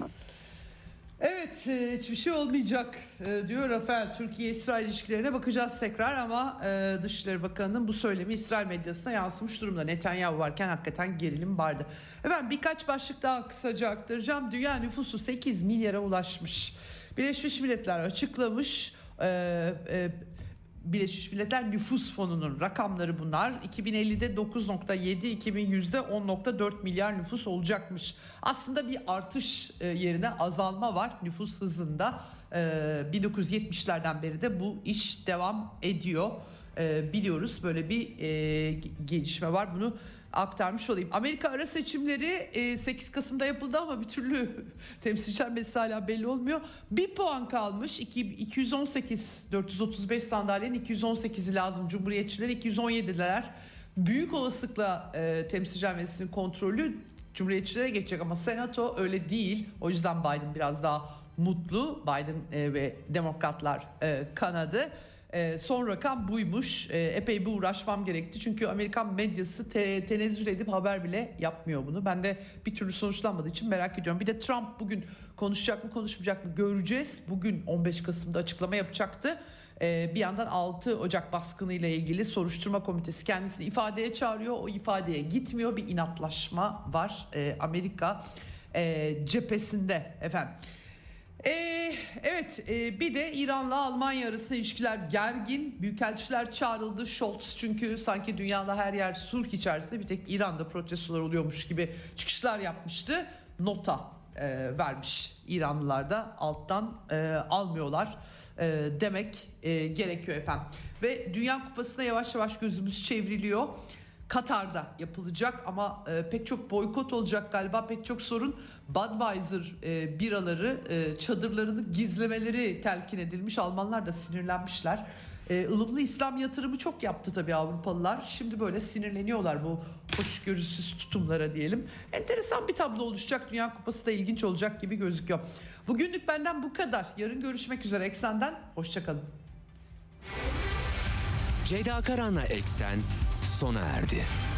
Evet, hiçbir şey olmayacak diyor Rafael. Türkiye-İsrail ilişkilerine bakacağız tekrar ama Dışişleri Bakanı'nın bu söylemi İsrail medyasına yansımış durumda. Netanyahu varken hakikaten gerilim vardı. Efendim birkaç başlık daha kısaca aktaracağım. Dünya nüfusu sekiz milyara ulaşmış. Birleşmiş Milletler açıklamış. Ee, e, Birleşmiş Milletler Nüfus Fonu'nun rakamları bunlar. iki bin ellide dokuz virgül yedi, iki bin yüzde on virgül dört milyar nüfus olacakmış. Aslında bir artış yerine azalma var nüfus hızında. bin dokuz yüz yetmişlerden beri de bu iş devam ediyor. Biliyoruz, böyle bir gelişme var. Bunu aktarmış olayım. Amerika ara seçimleri sekiz Kasım'da yapıldı ama bir türlü temsilciler meclisi hala belli olmuyor. Bir puan kalmış. iki yüz on sekiz, dört yüz otuz beş sandalyenin iki yüz on sekizi lazım. Cumhuriyetçiler iki yüz on yediler. Büyük olasılıkla e, temsilciler meclisinin kontrolü Cumhuriyetçilere geçecek ama Senato öyle değil. O yüzden Biden biraz daha mutlu. Biden e, ve Demokratlar e, kanadı. Ee, son rakam buymuş. Ee, epey bir uğraşmam gerekti. Çünkü Amerikan medyası te- tenezzül edip haber bile yapmıyor bunu. Ben de bir türlü sonuçlanmadığı için merak ediyorum. Bir de Trump bugün konuşacak mı konuşmayacak mı göreceğiz. Bugün on beş Kasım'da açıklama yapacaktı. Ee, bir yandan altı Ocak baskını ile ilgili soruşturma komitesi kendisini ifadeye çağırıyor. O ifadeye gitmiyor. Bir inatlaşma var ee, Amerika e, cephesinde efendim. Ee, evet e, bir de İran'la Almanya arasında ilişkiler gergin. Büyükelçiler çağrıldı. Scholz çünkü sanki dünyada her yer sulh içerisinde, bir tek İran'da protestolar oluyormuş gibi çıkışlar yapmıştı. Nota e, vermiş. İranlılar da alttan e, almıyorlar e, demek e, gerekiyor efendim. Ve Dünya Kupası'na yavaş yavaş gözümüz çevriliyor. Katar'da yapılacak ama e, pek çok boykot olacak galiba, pek çok sorun. Budweiser e, biraları e, çadırlarını gizlemeleri telkin edilmiş. Almanlar da sinirlenmişler. E, ılımlı İslam yatırımı çok yaptı tabii Avrupalılar. Şimdi böyle sinirleniyorlar bu hoşgörüsüz tutumlara diyelim. Enteresan bir tablo oluşacak. Dünya Kupası da ilginç olacak gibi gözüküyor. Bugünlük benden bu kadar. Yarın görüşmek üzere Eksen'den. Hoşçakalın. Ceyda Karan'la Eksen sona erdi.